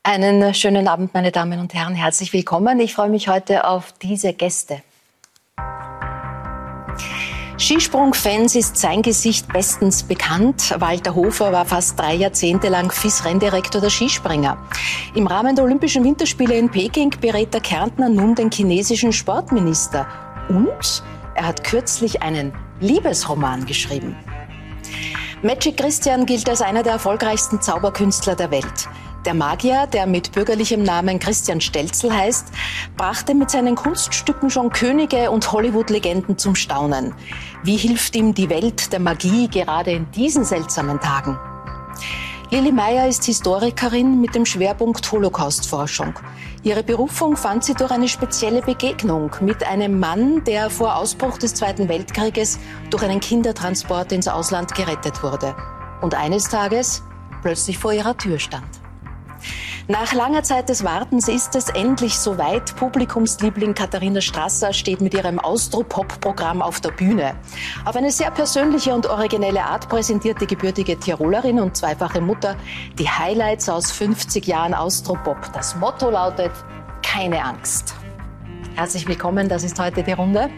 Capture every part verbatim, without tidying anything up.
Einen schönen Abend, meine Damen und Herren. Herzlich willkommen. Ich freue mich heute auf diese Gäste. Skisprung-Fans ist sein Gesicht bestens bekannt. Walter Hofer war fast drei Jahrzehnte lang F I S-Renndirektor der Skispringer. Im Rahmen der Olympischen Winterspiele in Peking berät der Kärntner nun den chinesischen Sportminister. Und er hat kürzlich einen Liebesroman geschrieben. Magic Christian gilt als einer der erfolgreichsten Zauberkünstler der Welt. Der Magier, der mit bürgerlichem Namen Christian Stelzl heißt, brachte mit seinen Kunststücken schon Könige und Hollywood-Legenden zum Staunen. Wie hilft ihm die Welt der Magie gerade in diesen seltsamen Tagen? Lili Meyer ist Historikerin mit dem Schwerpunkt Holocaustforschung. Ihre Berufung fand sie durch eine spezielle Begegnung mit einem Mann, der vor Ausbruch des Zweiten Weltkrieges durch einen Kindertransport ins Ausland gerettet wurde und eines Tages plötzlich vor ihrer Tür stand. Nach langer Zeit des Wartens ist es endlich soweit. Publikumsliebling Katharina Strasser steht mit ihrem Austro-Pop-Programm auf der Bühne. Auf eine sehr persönliche und originelle Art präsentiert die gebürtige Tirolerin und zweifache Mutter die Highlights aus fünfzig Jahren Austro-Pop. Das Motto lautet: keine Angst. Herzlich willkommen, das ist heute die Runde.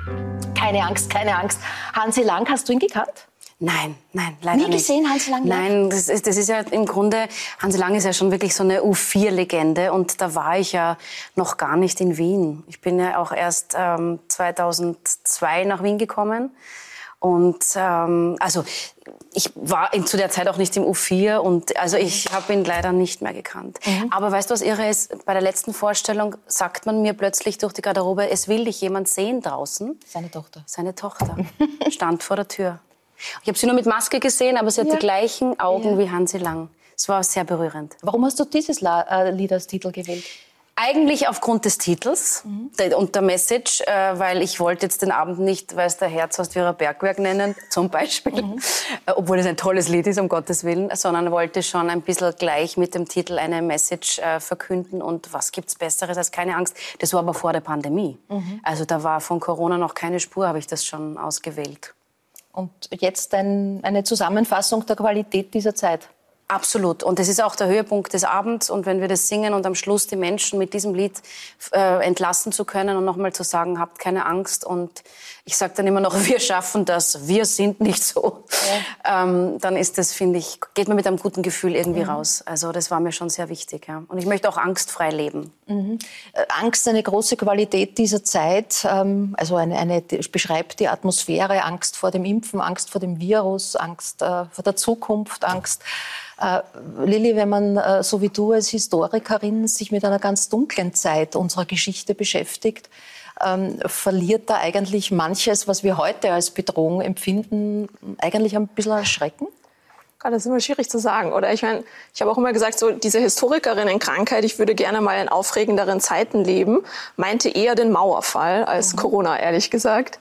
Keine Angst, keine Angst. Hansi Lang, hast du ihn gekannt? Nein, nein, leider nicht. Nie gesehen, Hansi Lang? Nein, das ist, das ist ja im Grunde, Hansi Lang ist ja schon wirklich so eine U vier Legende und da war ich ja noch gar nicht in Wien. Ich bin ja auch erst ähm, zweitausendzwei nach Wien gekommen und ähm, also ich war zu der Zeit auch nicht im U vier und also ich habe ihn leider nicht mehr gekannt. Mhm. Aber weißt du, was irre ist? Bei der letzten Vorstellung sagt man mir plötzlich durch die Garderobe, es will dich jemand sehen draußen. Seine Tochter. Seine Tochter stand vor der Tür. Ich habe sie nur mit Maske gesehen, aber sie hat ja. die gleichen Augen ja. wie Hansi Lang. Es war sehr berührend. Warum hast du dieses La- äh, Lied als Titel gewählt? Eigentlich aufgrund des Titels mhm. der, und der Message, äh, weil ich wollte jetzt den Abend nicht «Weiß der Herz aus Ihrer Bergwerk» nennen, zum Beispiel, mhm. äh, obwohl es ein tolles Lied ist, um Gottes Willen, sondern wollte schon ein bisschen gleich mit dem Titel eine Message äh, verkünden und was gibt's Besseres als keine Angst. Das war aber vor der Pandemie. Mhm. Also da war von Corona noch keine Spur, habe ich das schon ausgewählt. Und jetzt ein, eine Zusammenfassung der Qualität dieser Zeit. Absolut. Und das ist auch der Höhepunkt des Abends. Und wenn wir das singen und am Schluss die Menschen mit diesem Lied äh, entlassen zu können und nochmal zu sagen, habt keine Angst. Und ich sage dann immer noch, wir schaffen das, wir sind nicht so. Ja. Ähm, dann ist das, finde ich, geht man mit einem guten Gefühl irgendwie mhm. raus. Also das war mir schon sehr wichtig. Ja. Und ich möchte auch angstfrei leben. Mhm. Äh, Angst, eine große Qualität dieser Zeit. Ähm, also eine, eine die beschreibt die Atmosphäre, Angst vor dem Impfen, Angst vor dem Virus, Angst äh, vor der Zukunft, Angst. Äh, Lili, wenn man, äh, so wie du als Historikerin, sich mit einer ganz dunklen Zeit unserer Geschichte beschäftigt, ähm, verliert da eigentlich manches, was wir heute als Bedrohung empfinden, eigentlich ein bisschen Erschrecken? Das ist immer schwierig zu sagen, oder? Ich meine, ich habe auch immer gesagt, so diese Historikerinnenkrankheit, ich würde gerne mal in aufregenderen Zeiten leben, meinte eher den Mauerfall als mhm. Corona, ehrlich gesagt.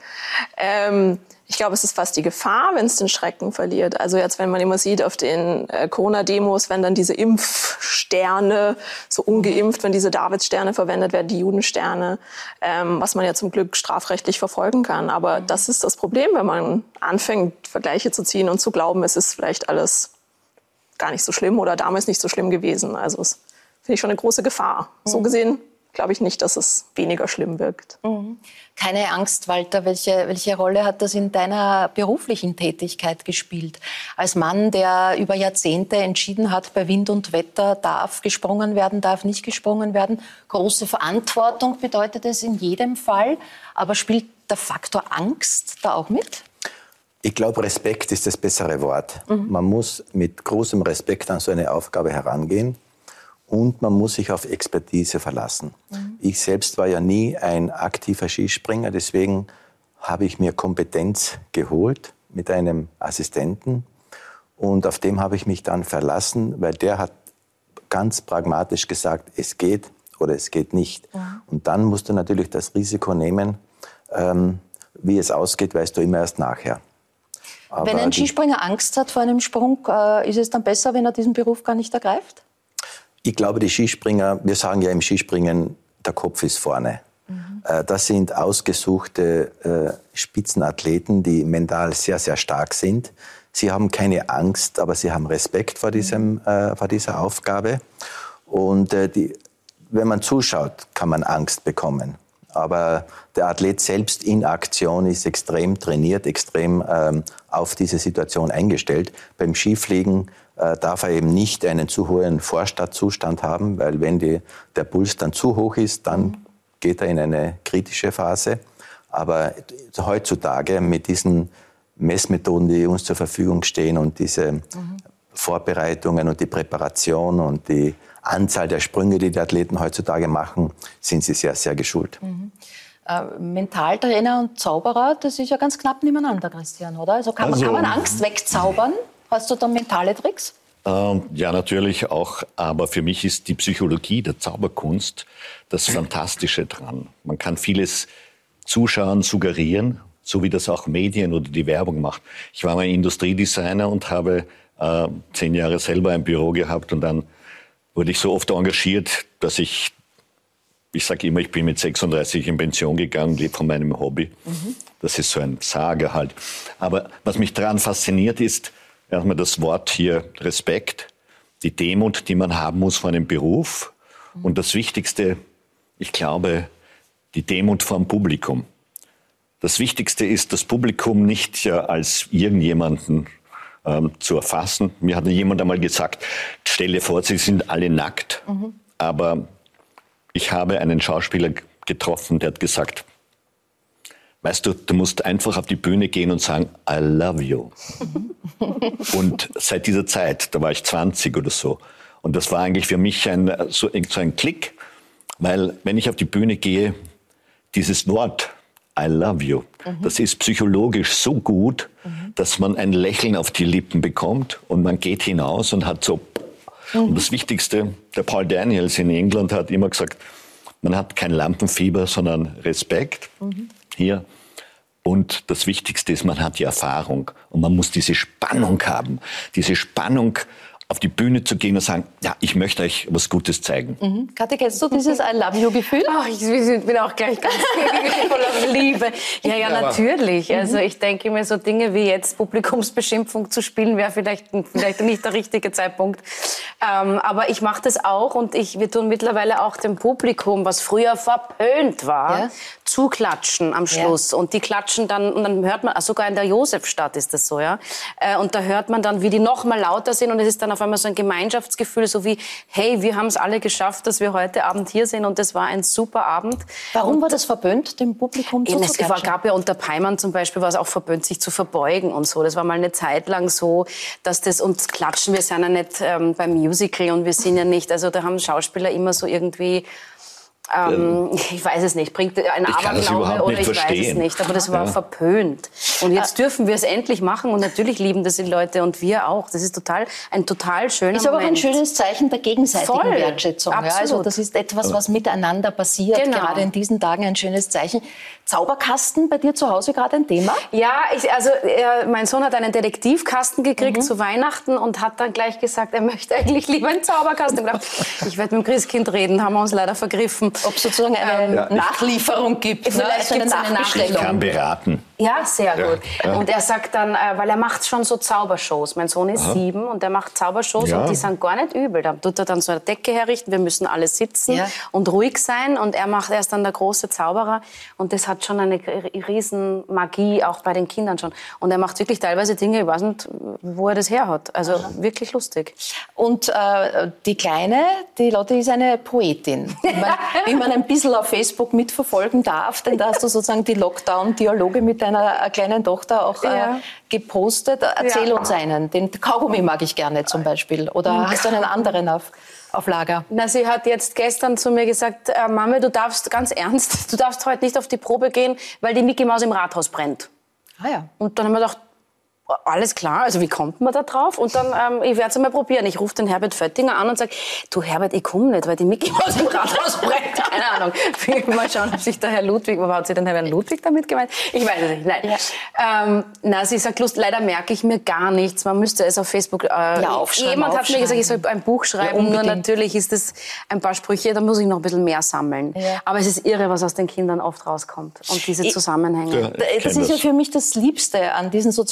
Ähm, Ich glaube, es ist fast die Gefahr, wenn es den Schrecken verliert. Also jetzt, wenn man immer sieht auf den äh, Corona-Demos, wenn dann diese Impfsterne, so ungeimpft, wenn diese Davidssterne verwendet werden, die Judensterne, ähm, was man ja zum Glück strafrechtlich verfolgen kann. Aber mhm. das ist das Problem, wenn man anfängt, Vergleiche zu ziehen und zu glauben, es ist vielleicht alles gar nicht so schlimm oder damals nicht so schlimm gewesen. Also das finde ich schon eine große Gefahr. Mhm. So gesehen glaube ich nicht, dass es weniger schlimm wirkt. Mhm. Keine Angst, Walter. Welche, welche Rolle hat das in deiner beruflichen Tätigkeit gespielt? Als Mann, der über Jahrzehnte entschieden hat, bei Wind und Wetter darf gesprungen werden, darf nicht gesprungen werden. Große Verantwortung bedeutet es in jedem Fall. Aber spielt der Faktor Angst da auch mit? Ich glaube, Respekt ist das bessere Wort. Mhm. Man muss mit großem Respekt an so eine Aufgabe herangehen. Und man muss sich auf Expertise verlassen. Mhm. Ich selbst war ja nie ein aktiver Skispringer, deswegen habe ich mir Kompetenz geholt mit einem Assistenten. Und auf dem habe ich mich dann verlassen, weil der hat ganz pragmatisch gesagt, es geht oder es geht nicht. Mhm. Und dann musst du natürlich das Risiko nehmen, ähm, wie es ausgeht, weißt du immer erst nachher. Aber wenn ein Skispringer Angst hat vor einem Sprung, äh, ist es dann besser, wenn er diesen Beruf gar nicht ergreift? Ich glaube, die Skispringer, wir sagen ja im Skispringen, der Kopf ist vorne. Mhm. Das sind ausgesuchte äh, Spitzenathleten, die mental sehr, sehr stark sind. Sie haben keine Angst, aber sie haben Respekt vor, diesem, mhm. äh, vor dieser Aufgabe. Und äh, die, wenn man zuschaut, kann man Angst bekommen. Aber der Athlet selbst in Aktion ist extrem trainiert, extrem ähm, auf diese Situation eingestellt. Beim Skifliegen äh, darf er eben nicht einen zu hohen Vorstartzustand haben, weil wenn die, der Puls dann zu hoch ist, dann geht er in eine kritische Phase. Aber heutzutage mit diesen Messmethoden, die uns zur Verfügung stehen und diese mhm. Vorbereitungen und die Präparation und die Anzahl der Sprünge, die die Athleten heutzutage machen, sind sie sehr, sehr geschult. Mhm. Äh, Mentaltrainer und Zauberer, das ist ja ganz knapp nebeneinander, Christian, oder? Also kann, also, man, kann man Angst wegzaubern? Hast du da mentale Tricks? Ähm, ja, natürlich auch. Aber für mich ist die Psychologie der Zauberkunst das Fantastische dran. Man kann vieles Zuschauern suggerieren, so wie das auch Medien oder die Werbung macht. Ich war mal Industriedesigner und habe äh, zehn Jahre selber ein Büro gehabt und dann wurde ich so oft engagiert, dass ich, ich sage immer, ich bin mit sechsunddreißig in Pension gegangen, lebe von meinem Hobby. Mhm. Das ist so ein Sage halt. Aber was mich daran fasziniert ist, erstmal das Wort hier Respekt, die Demut, die man haben muss vor einem Beruf. Mhm. Und das Wichtigste, ich glaube, die Demut vor dem Publikum. Das Wichtigste ist, das Publikum nicht ja als irgendjemanden ähm, zu erfassen. Mir hat jemand einmal gesagt, stell dir vor, sie sind alle nackt. Mhm. Aber ich habe einen Schauspieler getroffen, der hat gesagt, weißt du, du musst einfach auf die Bühne gehen und sagen, I love you. Mhm. Und seit dieser Zeit, da war ich zwanzig oder so, und das war eigentlich für mich ein, so, so ein Klick, weil wenn ich auf die Bühne gehe, dieses Wort, I love you, mhm. das ist psychologisch so gut, mhm. dass man ein Lächeln auf die Lippen bekommt und man geht hinaus und hat so... Mhm. Und das Wichtigste, der Paul Daniels in England hat immer gesagt, man hat kein Lampenfieber, sondern Respekt mhm. hier. Und das Wichtigste ist, man hat die Erfahrung und man muss diese Spannung haben, diese Spannung auf die Bühne zu gehen und sagen, ja, ich möchte euch was Gutes zeigen. Mhm. Kathi, kennst du dieses I love you Gefühl? Ach, ich bin auch gleich ganz voller Liebe. Ja, ja, natürlich. Also ich denke mir, so Dinge wie jetzt Publikumsbeschimpfung zu spielen, wäre vielleicht, vielleicht nicht der richtige Zeitpunkt. Ähm, aber ich mache das auch und ich, wir tun mittlerweile auch dem Publikum, was früher verpönt war, ja. zuklatschen am Schluss. Ja. Und die klatschen dann, und dann hört man, sogar in der Josefstadt ist das so, ja. Und da hört man dann, wie die noch mal lauter sind und es ist dann auf einmal so ein Gemeinschaftsgefühl, so wie, hey, wir haben es alle geschafft, dass wir heute Abend hier sind und das war ein super Abend. Warum und war das verpönt, dem Publikum zuzuklatschen? Es gab ja unter Peimann zum Beispiel, war es auch verpönt, sich zu verbeugen und so. Das war mal eine Zeit lang so, dass das, und klatschen, wir sind ja nicht ähm, beim Musical und wir sind ja nicht, also da haben Schauspieler immer so irgendwie... Ähm, ich weiß es nicht, bringt ein Aberglaube oder ich verstehen. weiß es nicht, aber das war ja. verpönt. Und jetzt dürfen wir es endlich machen und natürlich lieben das die Leute und wir auch. Das ist total ein total schöner Moment. Ist aber auch ein schönes Zeichen der gegenseitigen Voll. Wertschätzung. Ja, also das ist etwas, was miteinander passiert, genau. gerade in diesen Tagen ein schönes Zeichen. Zauberkasten bei dir zu Hause gerade ein Thema? Ja, ich, also äh, mein Sohn hat einen Detektivkasten gekriegt mhm. zu Weihnachten und hat dann gleich gesagt, er möchte eigentlich lieber einen Zauberkasten. Ich dachte, ich werde mit dem Christkind reden, haben wir uns leider vergriffen. Ob es sozusagen eine ja. Nachlieferung gibt. Vielleicht ne? also eine Nachbestellung. Ich kann beraten. Ja, sehr gut. Ja. Und er sagt dann, äh, weil er macht schon so Zaubershows. Mein Sohn ist Aha. sieben und der macht Zaubershows ja. und die sind gar nicht übel. Da tut er dann so eine Decke herrichten, wir müssen alle sitzen ja. und ruhig sein. Und er macht, er ist dann der große Zauberer und das hat schon eine riesen Magie, auch bei den Kindern schon. Und er macht wirklich teilweise Dinge, ich weiß nicht, wo er das her hat. Also Aha. wirklich lustig. Und äh, die Kleine, die Lotte ist eine Poetin. Wie man ein bisschen auf Facebook mitverfolgen darf, denn da hast du sozusagen die Lockdown-Dialoge mit deiner kleinen Tochter auch ja. äh, gepostet. Erzähl ja. uns einen. Den Kaugummi mag ich gerne zum Beispiel. Oder hast du einen anderen auf, auf Lager? Na, sie hat jetzt gestern zu mir gesagt, äh, Mami, du darfst ganz ernst, du darfst heute nicht auf die Probe gehen, weil die Mickey Maus im Rathaus brennt. Ah ja. Und dann haben wir gedacht, alles klar, also wie kommt man da drauf? Und dann, ähm, ich werde es mal probieren. Ich rufe den Herbert Föttinger an und sage, du Herbert, ich komme nicht, weil die Mickey Maus im Rathaus brennt. Keine Ahnung. Mal schauen, ob sich der Herr Ludwig, aber hat sie den Herrn Ludwig damit gemeint? Ich weiß es nicht, nein. Ja. Ähm, na, sie sagt, Lust, leider merke ich mir gar nichts. Man müsste es auf Facebook äh, ja, aufschreiben. Jemand hat mir gesagt, ich soll ein Buch schreiben. Ja, nur natürlich ist es ein paar Sprüche, da muss ich noch ein bisschen mehr sammeln. Ja. Aber es ist irre, was aus den Kindern oft rauskommt. Und diese Zusammenhänge. Ja, das ist ja für mich das Liebste an diesen sozialen Medien.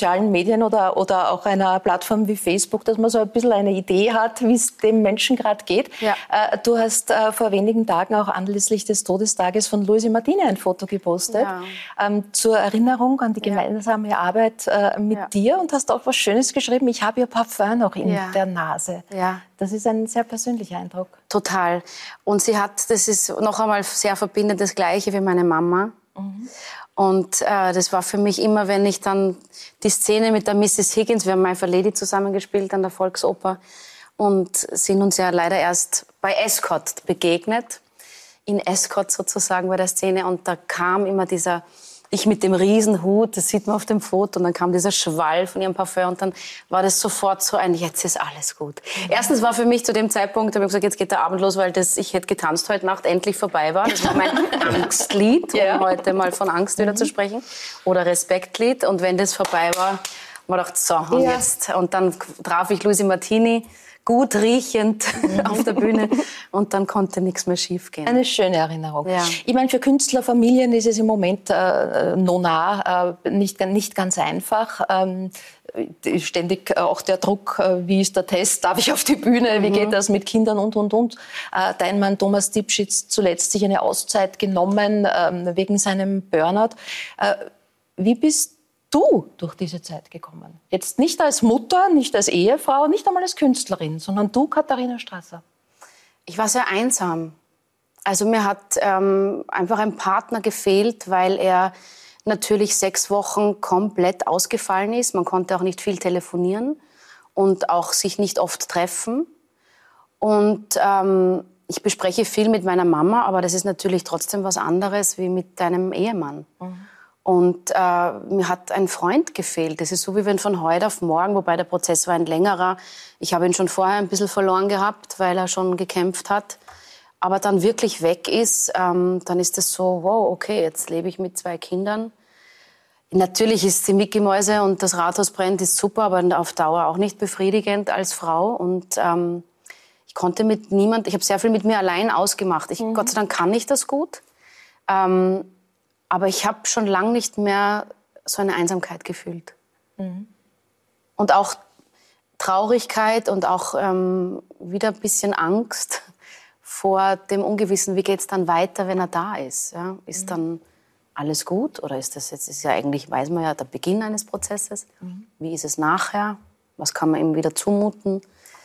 Medien oder, oder auch einer Plattform wie Facebook, dass man so ein bisschen eine Idee hat, wie es dem Menschen gerade geht. Ja. Äh, du hast äh, vor wenigen Tagen auch anlässlich des Todestages von Luisi Martini ein Foto gepostet, Ja. ähm, zur Erinnerung an die gemeinsame ja. Arbeit äh, mit ja. dir und hast auch was Schönes geschrieben, ich habe ihr Parfum noch in ja. der Nase. Ja. Das ist ein sehr persönlicher Eindruck. Total. Und sie hat, das ist noch einmal sehr verbindend, das Gleiche wie meine Mama. Mhm. Und äh, das war für mich immer, wenn ich dann die Szene mit der Missus Higgins, wir haben My Fair Lady zusammengespielt an der Volksoper und sind uns ja leider erst bei Escort begegnet, in Escort sozusagen bei der Szene. Und da kam immer dieser, ich mit dem Riesenhut, das sieht man auf dem Foto, und dann kam dieser Schwall von ihrem Parfum und dann war das sofort so ein, jetzt ist alles gut. Mhm. Erstens war für mich zu dem Zeitpunkt, habe ich gesagt, jetzt geht der Abend los, weil das, ich hätte getanzt heute Nacht, endlich vorbei war. Das war mein Angstlied, um ja. heute mal von Angst wieder mhm. zu sprechen, oder Respektlied. Und wenn das vorbei war, habe ich gedacht, so, und ja. jetzt. Und dann traf ich Luisi Martini, gut riechend auf der Bühne, und dann konnte nichts mehr schiefgehen. Eine schöne Erinnerung. Ja. Ich meine, für Künstlerfamilien ist es im Moment äh, nona äh, nicht, nicht ganz einfach. Ähm, ständig auch der Druck, äh, wie ist der Test, darf ich auf die Bühne, wie mhm. geht das mit Kindern und, und, und. Äh, dein Mann Thomas Dipschitz zuletzt sich eine Auszeit genommen äh, wegen seinem Burnout. Äh, wie bist du durch diese Zeit gekommen? Jetzt nicht als Mutter, nicht als Ehefrau, nicht einmal als Künstlerin, sondern du, Katharina Strasser. Ich war sehr einsam. Also mir hat ähm, einfach ein Partner gefehlt, weil er natürlich sechs Wochen komplett ausgefallen ist. Man konnte auch nicht viel telefonieren und auch sich nicht oft treffen. Und ähm, ich bespreche viel mit meiner Mama, aber das ist natürlich trotzdem was anderes wie mit deinem Ehemann. Mhm. Und äh, mir hat ein Freund gefehlt. Das ist so, wie wenn von heute auf morgen, wobei der Prozess war ein längerer. Ich habe ihn schon vorher ein bisschen verloren gehabt, weil er schon gekämpft hat. Aber dann wirklich weg ist, ähm, dann ist das so, wow, okay, jetzt lebe ich mit zwei Kindern. Natürlich ist die Mickey Mäuse und das Rathaus brennt, ist super, aber auf Dauer auch nicht befriedigend als Frau. Und ähm, ich konnte mit niemand, ich habe sehr viel mit mir allein ausgemacht. Ich, mhm. Gott sei Dank kann ich das gut. Ähm, Aber ich habe schon lange nicht mehr so eine Einsamkeit gefühlt. Mhm. Und auch Traurigkeit und auch ähm, wieder ein bisschen Angst vor dem Ungewissen. Wie geht es dann weiter, wenn er da ist? Ja? Ist mhm. dann alles gut? Oder ist das jetzt, ist ja eigentlich, weiß man ja, der Beginn eines Prozesses. Mhm. Wie ist es nachher? Was kann man ihm wieder zumuten?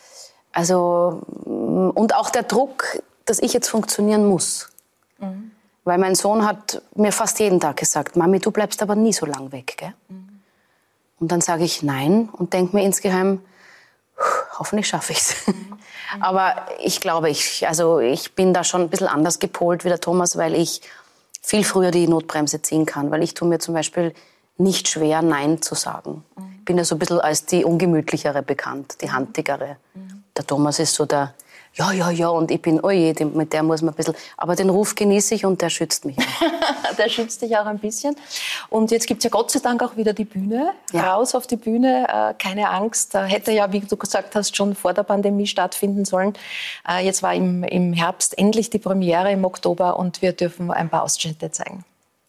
Also, und auch der Druck, dass ich jetzt funktionieren muss. Mhm. Weil mein Sohn hat mir fast jeden Tag gesagt, Mami, du bleibst aber nie so lang weg, gell? Mhm. Und dann sage ich nein und denke mir insgeheim, hoffentlich schaffe ich es. Mhm. Aber ich glaube, ich, also ich bin da schon ein bisschen anders gepolt wie der Thomas, weil ich viel früher die Notbremse ziehen kann. Weil ich tue mir zum Beispiel nicht schwer, Nein zu sagen. Mhm. Ich bin ja so ein bisschen als die Ungemütlichere bekannt, die Handigere. Mhm. Der Thomas ist so der... Ja, ja, ja, und ich bin, oje, mit der muss man ein bisschen... Aber den Ruf genieße ich und der schützt mich auch. Der schützt dich auch ein bisschen. Und jetzt gibt es ja Gott sei Dank auch wieder die Bühne. Ja. Raus auf die Bühne, äh, keine Angst. Da hätte ja, wie du gesagt hast, schon vor der Pandemie stattfinden sollen. Äh, jetzt war im, im Herbst endlich die Premiere im Oktober und wir dürfen ein paar Ausschnitte zeigen.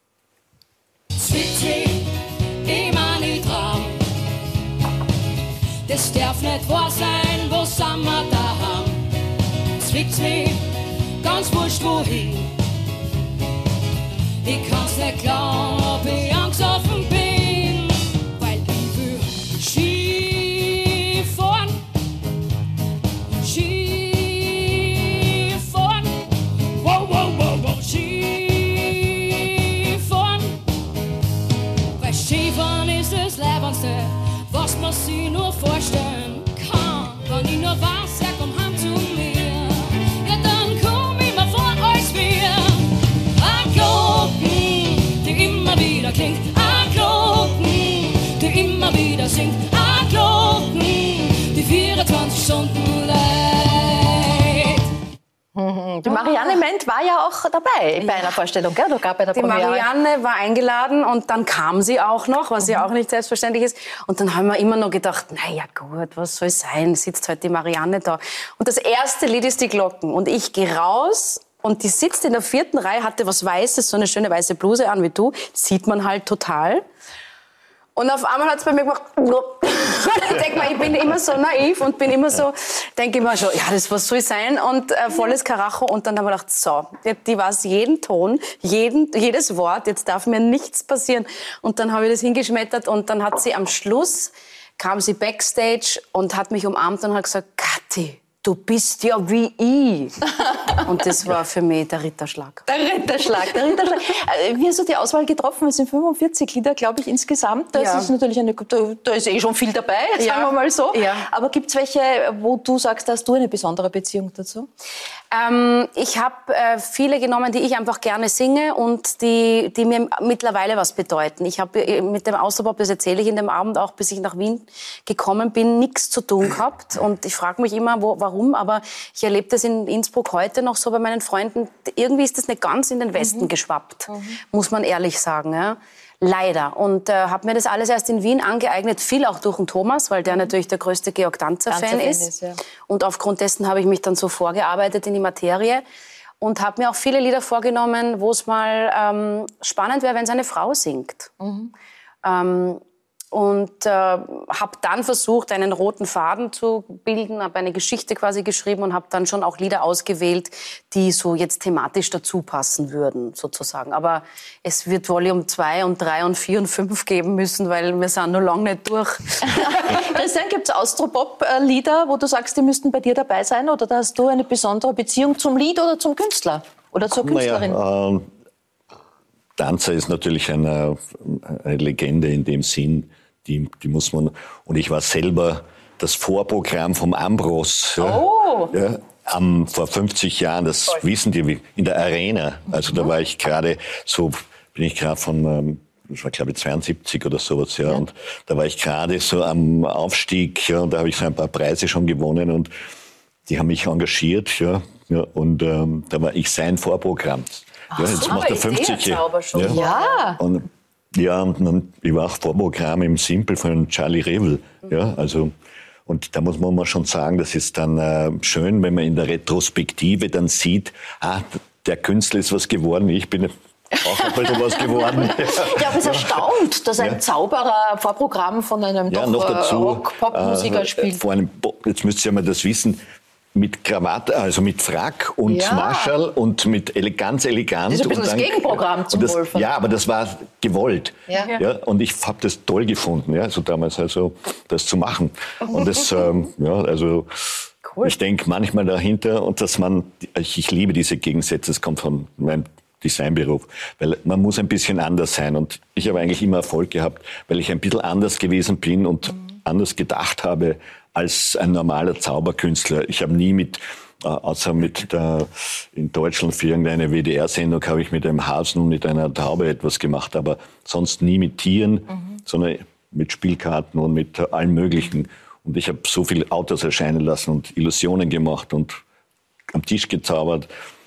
Sweet Tree, immer nicht Traum. Das darf nicht wahr sein, wo sind wir daheim? Zwickt's mich, ganz wurscht wohin. Ich kann's nicht glauben, ob ich angstoffen bin, weil ich will Skifahren, Skifahren, wow, wow, wow, wow, Skifahren, weil Skifahren ist das Leibendste, was man sich nur vorstellen kann, wenn ich nur weiß, er kommt heim zu mir. Klingt ein Glocken, der immer wieder singt, ein Glocken, die vierundzwanzig Stunden leid. Die Marianne Ment war ja auch dabei bei einer Vorstellung, gell? Gab bei der Die Premiere. Marianne war eingeladen und dann kam sie auch noch, was mhm. ja auch nicht selbstverständlich ist. Und dann haben wir immer noch gedacht, naja gut, was soll sein, sitzt halt die Marianne da. Und das erste Lied ist die Glocken und ich gehe raus. Und die sitzt in der vierten Reihe, hatte was Weißes, so eine schöne weiße Bluse an wie du. Sieht man halt total. Und auf einmal hat es bei mir gemacht. Ich denke mal, ich bin immer so naiv und bin immer so, denke immer schon, ja, das was soll sein und äh, volles Karacho. Und dann haben wir gedacht, so, die, die weiß jeden Ton, jeden, jedes Wort, jetzt darf mir nichts passieren. Und dann habe ich das hingeschmettert und dann hat sie am Schluss, kam sie backstage und hat mich umarmt und hat gesagt, Kathi, du bist ja wie ich. Und das war für mich der Ritterschlag. Der Ritterschlag, der Ritterschlag. Wie hast du die Auswahl getroffen? Es sind fünfundvierzig Lieder, glaube ich, insgesamt. Das ja. ist natürlich eine, da ist eh schon viel dabei, sagen ja. wir mal so. Ja. Aber gibt es welche, wo du sagst, hast du eine besondere Beziehung dazu? Ähm, ich habe äh, viele genommen, die ich einfach gerne singe und die, die mir mittlerweile was bedeuten. Ich habe mit dem Austropop, das erzähle ich in dem Abend auch, bis ich nach Wien gekommen bin, nichts zu tun gehabt. Und ich frage mich immer, wo, warum, aber ich erlebe das in Innsbruck heute noch so bei meinen Freunden. Irgendwie ist das nicht ganz in den Westen mhm. geschwappt, mhm. muss man ehrlich sagen. Ja. Leider. Und äh, habe mir das alles erst in Wien angeeignet, viel auch durch den Thomas, weil der mhm. natürlich der größte Georg Danzer-Fan ist. ist ja. Und aufgrund dessen habe ich mich dann so vorgearbeitet in die Materie und habe mir auch viele Lieder vorgenommen, wo es mal ähm, spannend wäre, wenn es eine Frau singt. Mhm. Ähm, und äh, habe dann versucht, einen roten Faden zu bilden, habe eine Geschichte quasi geschrieben und habe dann schon auch Lieder ausgewählt, die so jetzt thematisch dazu passen würden, sozusagen. Aber es wird Volume zwei und drei und vier und fünf geben müssen, weil wir sind noch lange nicht durch. Christian, gibt es Austropop-Lieder, wo du sagst, die müssten bei dir dabei sein? Oder hast du eine besondere Beziehung zum Lied oder zum Künstler? Oder zur Künstlerin? Naja, äh, Danzer ist natürlich eine, eine Legende in dem Sinn, Die, die muss man, und ich war selber das Vorprogramm vom Ambros. Oh. Ja, ja, am, vor fünfzig Jahren, das Toll. Wissen die, in der Arena. Also da war ich gerade so, bin ich gerade von, das war glaube ich zweiundsiebzig oder sowas, ja, ja. Und da war ich gerade so am Aufstieg, ja, und da habe ich so ein paar Preise schon gewonnen und die haben mich engagiert, ja, ja und ähm, da war ich sein Vorprogramm. Ach, ja, jetzt so, macht er fünfzig Jahre. Ja. ja. Und, Ja, und dann, ich war auch Vorprogramm im Simple von Charlie Revel. Ja, also, und da muss man mal schon sagen, das ist dann äh, schön, wenn man in der Retrospektive dann sieht, ah, der Künstler ist was geworden, ich bin auch ein bisschen was geworden. Ja, aber es ist erstaunt, dass ein ja. Zauberer Vorprogramm von einem ja, doch noch dazu, Rock-Pop-Musiker äh, spielt. Vor einem, jetzt müsst ihr mal das wissen, mit Krawatte, also mit Frack und ja. Marschall und mit ele ganz elegant. Das ist ein bisschen und dann, das Gegenprogramm zum das, Wolfern. Ja, aber das war gewollt. Ja. Ja, und ich habe das toll gefunden, ja, so damals also das zu machen. Und das, ähm, ja, also cool. Ich denke manchmal dahinter und dass man, ich, ich liebe diese Gegensätze, das kommt von meinem Designberuf, weil man muss ein bisschen anders sein und ich habe eigentlich immer Erfolg gehabt, weil ich ein bisschen anders gewesen bin und mhm. anders gedacht habe als ein normaler Zauberkünstler. Ich habe nie mit, äh, außer mit der, in Deutschland für irgendeine W D R-Sendung habe ich mit einem Hasen und mit einer Taube etwas gemacht, aber sonst nie mit Tieren, mhm. sondern mit Spielkarten und mit äh, allem Möglichen. Und ich habe so viele Autos erscheinen lassen und Illusionen gemacht und am Tisch gezaubert.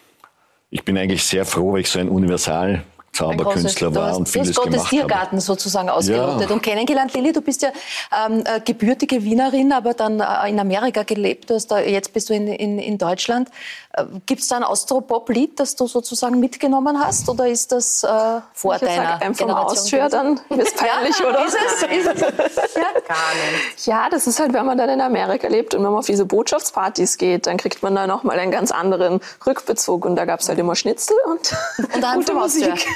Ich bin eigentlich sehr froh, weil ich so ein Universal Zauberkünstler war und vieles gemacht habe. Du hast Gottes Tiergarten sozusagen ausgerottet ja. und kennengelernt. Lilly, du bist ja ähm, gebürtige Wienerin, aber dann äh, in Amerika gelebt. Du hast da, jetzt bist du in, in, in Deutschland. Äh, Gibt es da ein Austropop-Lied, das du sozusagen mitgenommen hast? Oder ist das äh, vor ich deiner sag, Generation? Austria, dann ist es peinlich, ja, oder? Ist es? Ist es? Ja? Gar nicht. Ja, das ist halt, wenn man dann in Amerika lebt und wenn man auf diese Botschaftspartys geht, dann kriegt man da nochmal einen ganz anderen Rückbezug. Und da gab es halt immer Schnitzel und, und dann gute Musik.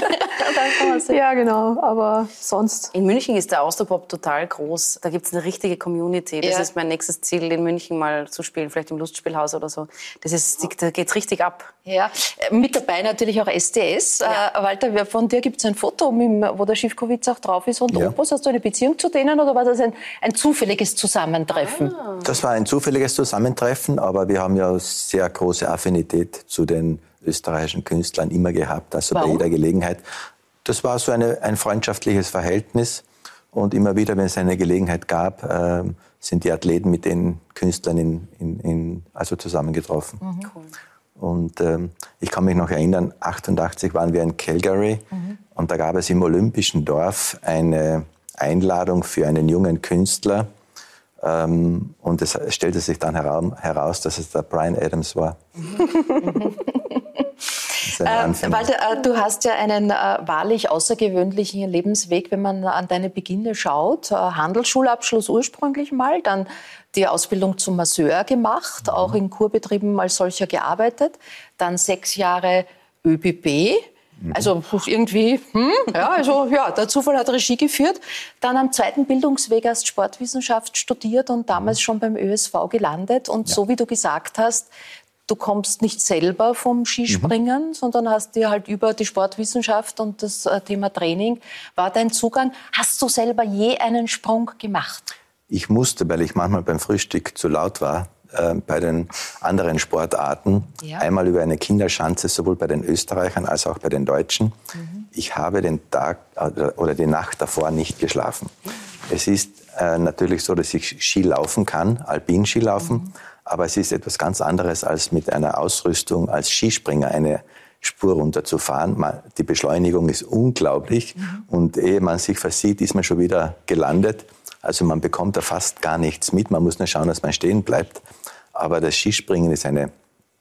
Ja, genau, aber sonst. In München ist der Austropop total groß. Da gibt es eine richtige Community. Das ja. ist mein nächstes Ziel, in München mal zu spielen, vielleicht im Lustspielhaus oder so. Das ist, da geht's richtig ab. Ja, mit dabei natürlich auch S D S. Ja. Äh, Walter, von dir gibt es ein Foto, wo der Schiffkowitz auch drauf ist und ja. Opus. Hast du eine Beziehung zu denen oder war das ein, ein zufälliges Zusammentreffen? Ah. Das war ein zufälliges Zusammentreffen, aber wir haben ja sehr große Affinität zu den österreichischen Künstlern immer gehabt, also Warum? Bei jeder Gelegenheit. Das war so eine, ein freundschaftliches Verhältnis und immer wieder, wenn es eine Gelegenheit gab, äh, sind die Athleten mit den Künstlern in, in, in, also zusammengetroffen. Mhm. Cool. Und ähm, ich kann mich noch erinnern, achtundachtzig waren wir in Calgary mhm. und da gab es im Olympischen Dorf eine Einladung für einen jungen Künstler ähm, und es stellte sich dann heraus, dass es der Bryan Adams war. Mhm. seine Anfänge. Walter, äh, du hast ja einen äh, wahrlich außergewöhnlichen Lebensweg, wenn man an deine Beginne schaut. Äh, Handelsschulabschluss ursprünglich mal, dann die Ausbildung zum Masseur gemacht, mhm. auch in Kurbetrieben als solcher gearbeitet, dann sechs Jahre ÖBB. Also irgendwie, hm, ja, also ja, der Zufall hat Regie geführt. Dann am zweiten Bildungsweg erst Sportwissenschaft studiert und damals schon beim Ö S V gelandet. Und ja. so wie du gesagt hast, du kommst nicht selber vom Skispringen, mhm. sondern hast dir halt über die Sportwissenschaft und das äh, Thema Training war dein Zugang. Hast du selber je einen Sprung gemacht? Ich musste, weil ich manchmal beim Frühstück zu laut war, bei den anderen Sportarten, ja. einmal über eine Kinderschanze, sowohl bei den Österreichern als auch bei den Deutschen. Mhm. Ich habe den Tag oder die Nacht davor nicht geschlafen. Mhm. Es ist äh, natürlich so, dass ich Ski laufen kann, Alpin-Ski laufen, mhm. aber es ist etwas ganz anderes, als mit einer Ausrüstung als Skispringer eine Spur runterzufahren. Man, die Beschleunigung ist unglaublich mhm. und ehe man sich versieht, ist man schon wieder gelandet. Also man bekommt da fast gar nichts mit. Man muss nur schauen, dass man stehen bleibt. Aber das Skispringen ist eine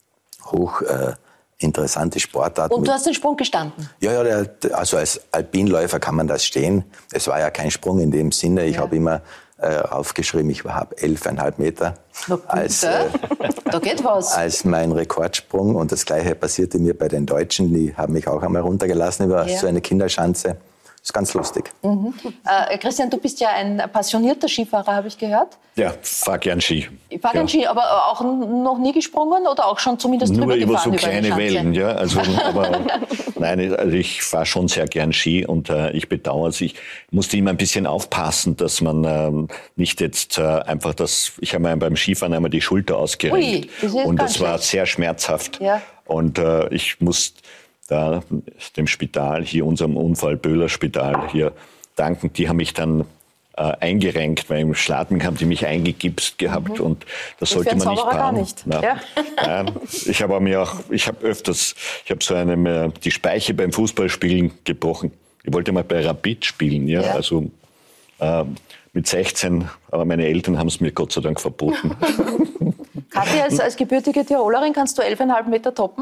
hoch äh, interessante Sportart. Und du hast den Sprung gestanden? Ja, ja, der, also als Alpinläufer kann man das stehen. Es war ja kein Sprung in dem Sinne. Ich ja. habe immer äh, aufgeschrieben, ich habe elfeinhalb Meter als, äh, da geht was. als mein Rekordsprung. Und das Gleiche passierte mir bei den Deutschen. Die haben mich auch einmal runtergelassen über ja. so eine Kinderschanze. Das ist ganz lustig. Mhm. Äh, Christian, du bist ja ein passionierter Skifahrer, habe ich gehört. Ja, fahr gern Ski. Ich fahr gern ja. Ski, aber auch noch nie gesprungen oder auch schon zumindest Nur drüber über gefahren? so kleine über Wellen, ja. Also, aber nein, also ich fahre schon sehr gern Ski und äh, ich bedauere es. Ich musste immer ein bisschen aufpassen, dass man ähm, nicht jetzt äh, einfach das. Ich habe mir beim Skifahren einmal die Schulter ausgerenkt. Ui, das ist und das schlecht. War sehr schmerzhaft. Ja. Und äh, ich musste da dem Spital, hier unserem Unfall-Böhler-Spital hier danken. Die haben mich dann äh, eingerenkt, weil im Schladming haben die mich eingegipst gehabt mhm. und das, das sollte man nicht gar nicht. Na, ja. Nein, ich habe mir auch, ich habe öfters, ich habe so einem äh, die Speiche beim Fußballspielen gebrochen. Ich wollte mal bei Rapid spielen, ja, ja. also äh, mit sechzehn, aber meine Eltern haben es mir Gott sei Dank verboten. Kathi, als, als gebürtige Tirolerin kannst du elfeinhalb Meter toppen?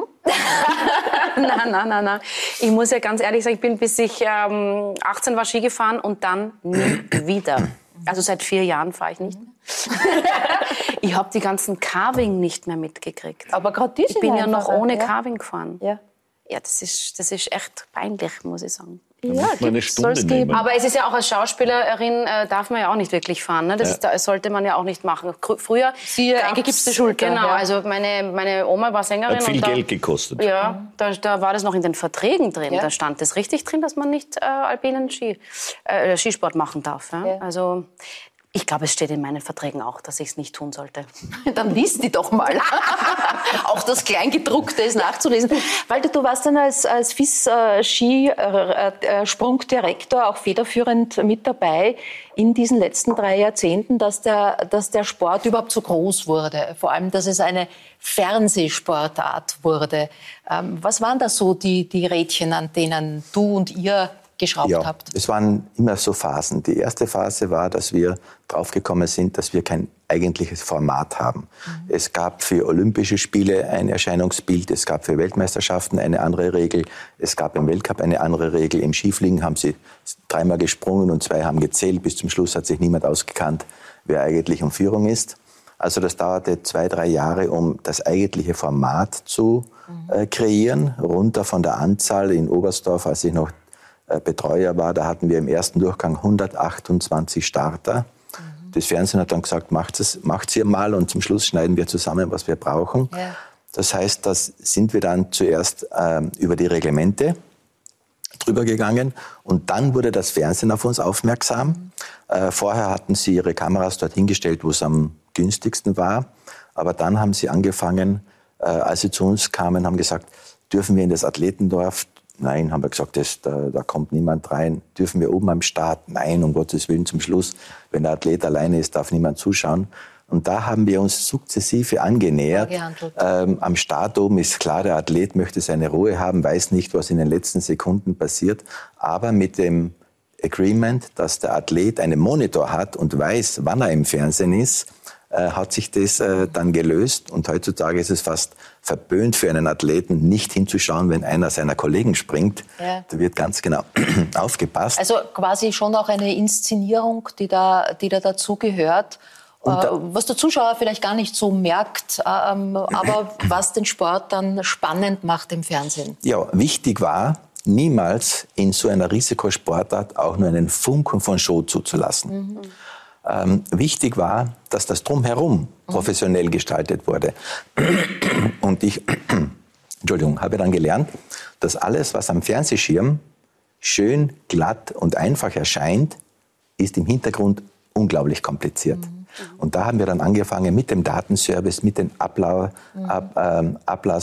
Nein, nein, nein, nein. Ich muss ja ganz ehrlich sagen, ich bin bis ich ähm, achtzehn war Ski gefahren und dann nie wieder. Also seit vier Jahren fahre ich nicht mehr. Ich habe die ganzen Carving nicht mehr mitgekriegt. Aber gerade die Ich bin ja noch ohne ja. Carving gefahren. Ja. Ja, das ist, das ist echt peinlich, muss ich sagen. Ja, eine Stunde nehmen. Aber es ist ja auch als Schauspielerin, äh, darf man ja auch nicht wirklich fahren. Ne? Das, ja. ist, das sollte man ja auch nicht machen. Früher... Sie eingegipste Schulter. Genau, ja. also meine, meine Oma war Sängerin. Hat viel und da, Geld gekostet. Ja, da, da war das noch in den Verträgen drin. Ja. Da stand das richtig drin, dass man nicht äh, alpinen Ski, äh, Skisport machen darf. Ja? Ja. Also... Ich glaube, es steht in meinen Verträgen auch, dass ich es nicht tun sollte. Dann liest die doch mal. Auch das Kleingedruckte ist nachzulesen. Walter, du warst dann als, als F I S-Skisprungdirektor auch federführend mit dabei in diesen letzten drei Jahrzehnten, dass der, dass der Sport überhaupt so groß wurde. Vor allem, dass es eine Fernsehsportart wurde. Ähm, was waren da so die, die Rädchen, an denen du und ihr geschraubt ja, habt? Es waren immer so Phasen. Die erste Phase war, dass wir draufgekommen sind, dass wir kein eigentliches Format haben. Mhm. Es gab für Olympische Spiele ein Erscheinungsbild, es gab für Weltmeisterschaften eine andere Regel, es gab im Weltcup eine andere Regel. Im Skifliegen haben sie dreimal gesprungen und zwei haben gezählt. Bis zum Schluss hat sich niemand ausgekannt, wer eigentlich in Führung ist. Also das dauerte zwei, drei Jahre, um das eigentliche Format zu äh, kreieren. Runter von der Anzahl in Oberstdorf, als ich noch Betreuer war, da hatten wir im ersten Durchgang hundertachtundzwanzig Starter. Mhm. Das Fernsehen hat dann gesagt, macht es, macht's ihr mal und zum Schluss schneiden wir zusammen, was wir brauchen. Ja. Das heißt, das sind wir dann zuerst äh, über die Reglemente drüber gegangen und dann wurde das Fernsehen auf uns aufmerksam. Mhm. Äh, vorher hatten sie ihre Kameras dort hingestellt, wo es am günstigsten war, aber dann haben sie angefangen, äh, als sie zu uns kamen, haben gesagt, dürfen wir in das Athletendorf? Nein, haben wir gesagt, das, da, da kommt niemand rein. Dürfen wir oben am Start? Nein, um Gottes Willen zum Schluss. Wenn der Athlet alleine ist, darf niemand zuschauen. Und da haben wir uns sukzessive angenähert. Ähm, am Start oben ist klar, der Athlet möchte seine Ruhe haben, weiß nicht, was in den letzten Sekunden passiert. Aber mit dem Agreement, dass der Athlet einen Monitor hat und weiß, wann er im Fernsehen ist, äh, hat sich das äh, dann gelöst. Und heutzutage ist es fast verböhnt für einen Athleten, nicht hinzuschauen, wenn einer seiner Kollegen springt. Ja. Da wird ganz genau aufgepasst. Also quasi schon auch eine Inszenierung, die da, die da dazugehört. Da, was der Zuschauer vielleicht gar nicht so merkt, ähm, aber was den Sport dann spannend macht im Fernsehen. Ja, wichtig war, niemals in so einer Risikosportart auch nur einen Funken von Show zuzulassen. Mhm. Ähm, wichtig war, dass das Drumherum professionell gestaltet wurde. Und ich, Entschuldigung, habe dann gelernt, dass alles, was am Fernsehschirm schön, glatt und einfach erscheint, ist im Hintergrund unglaublich kompliziert. Mhm. Und da haben wir dann angefangen mit dem Datenservice, mit den Ablau- mhm. Ab, ähm,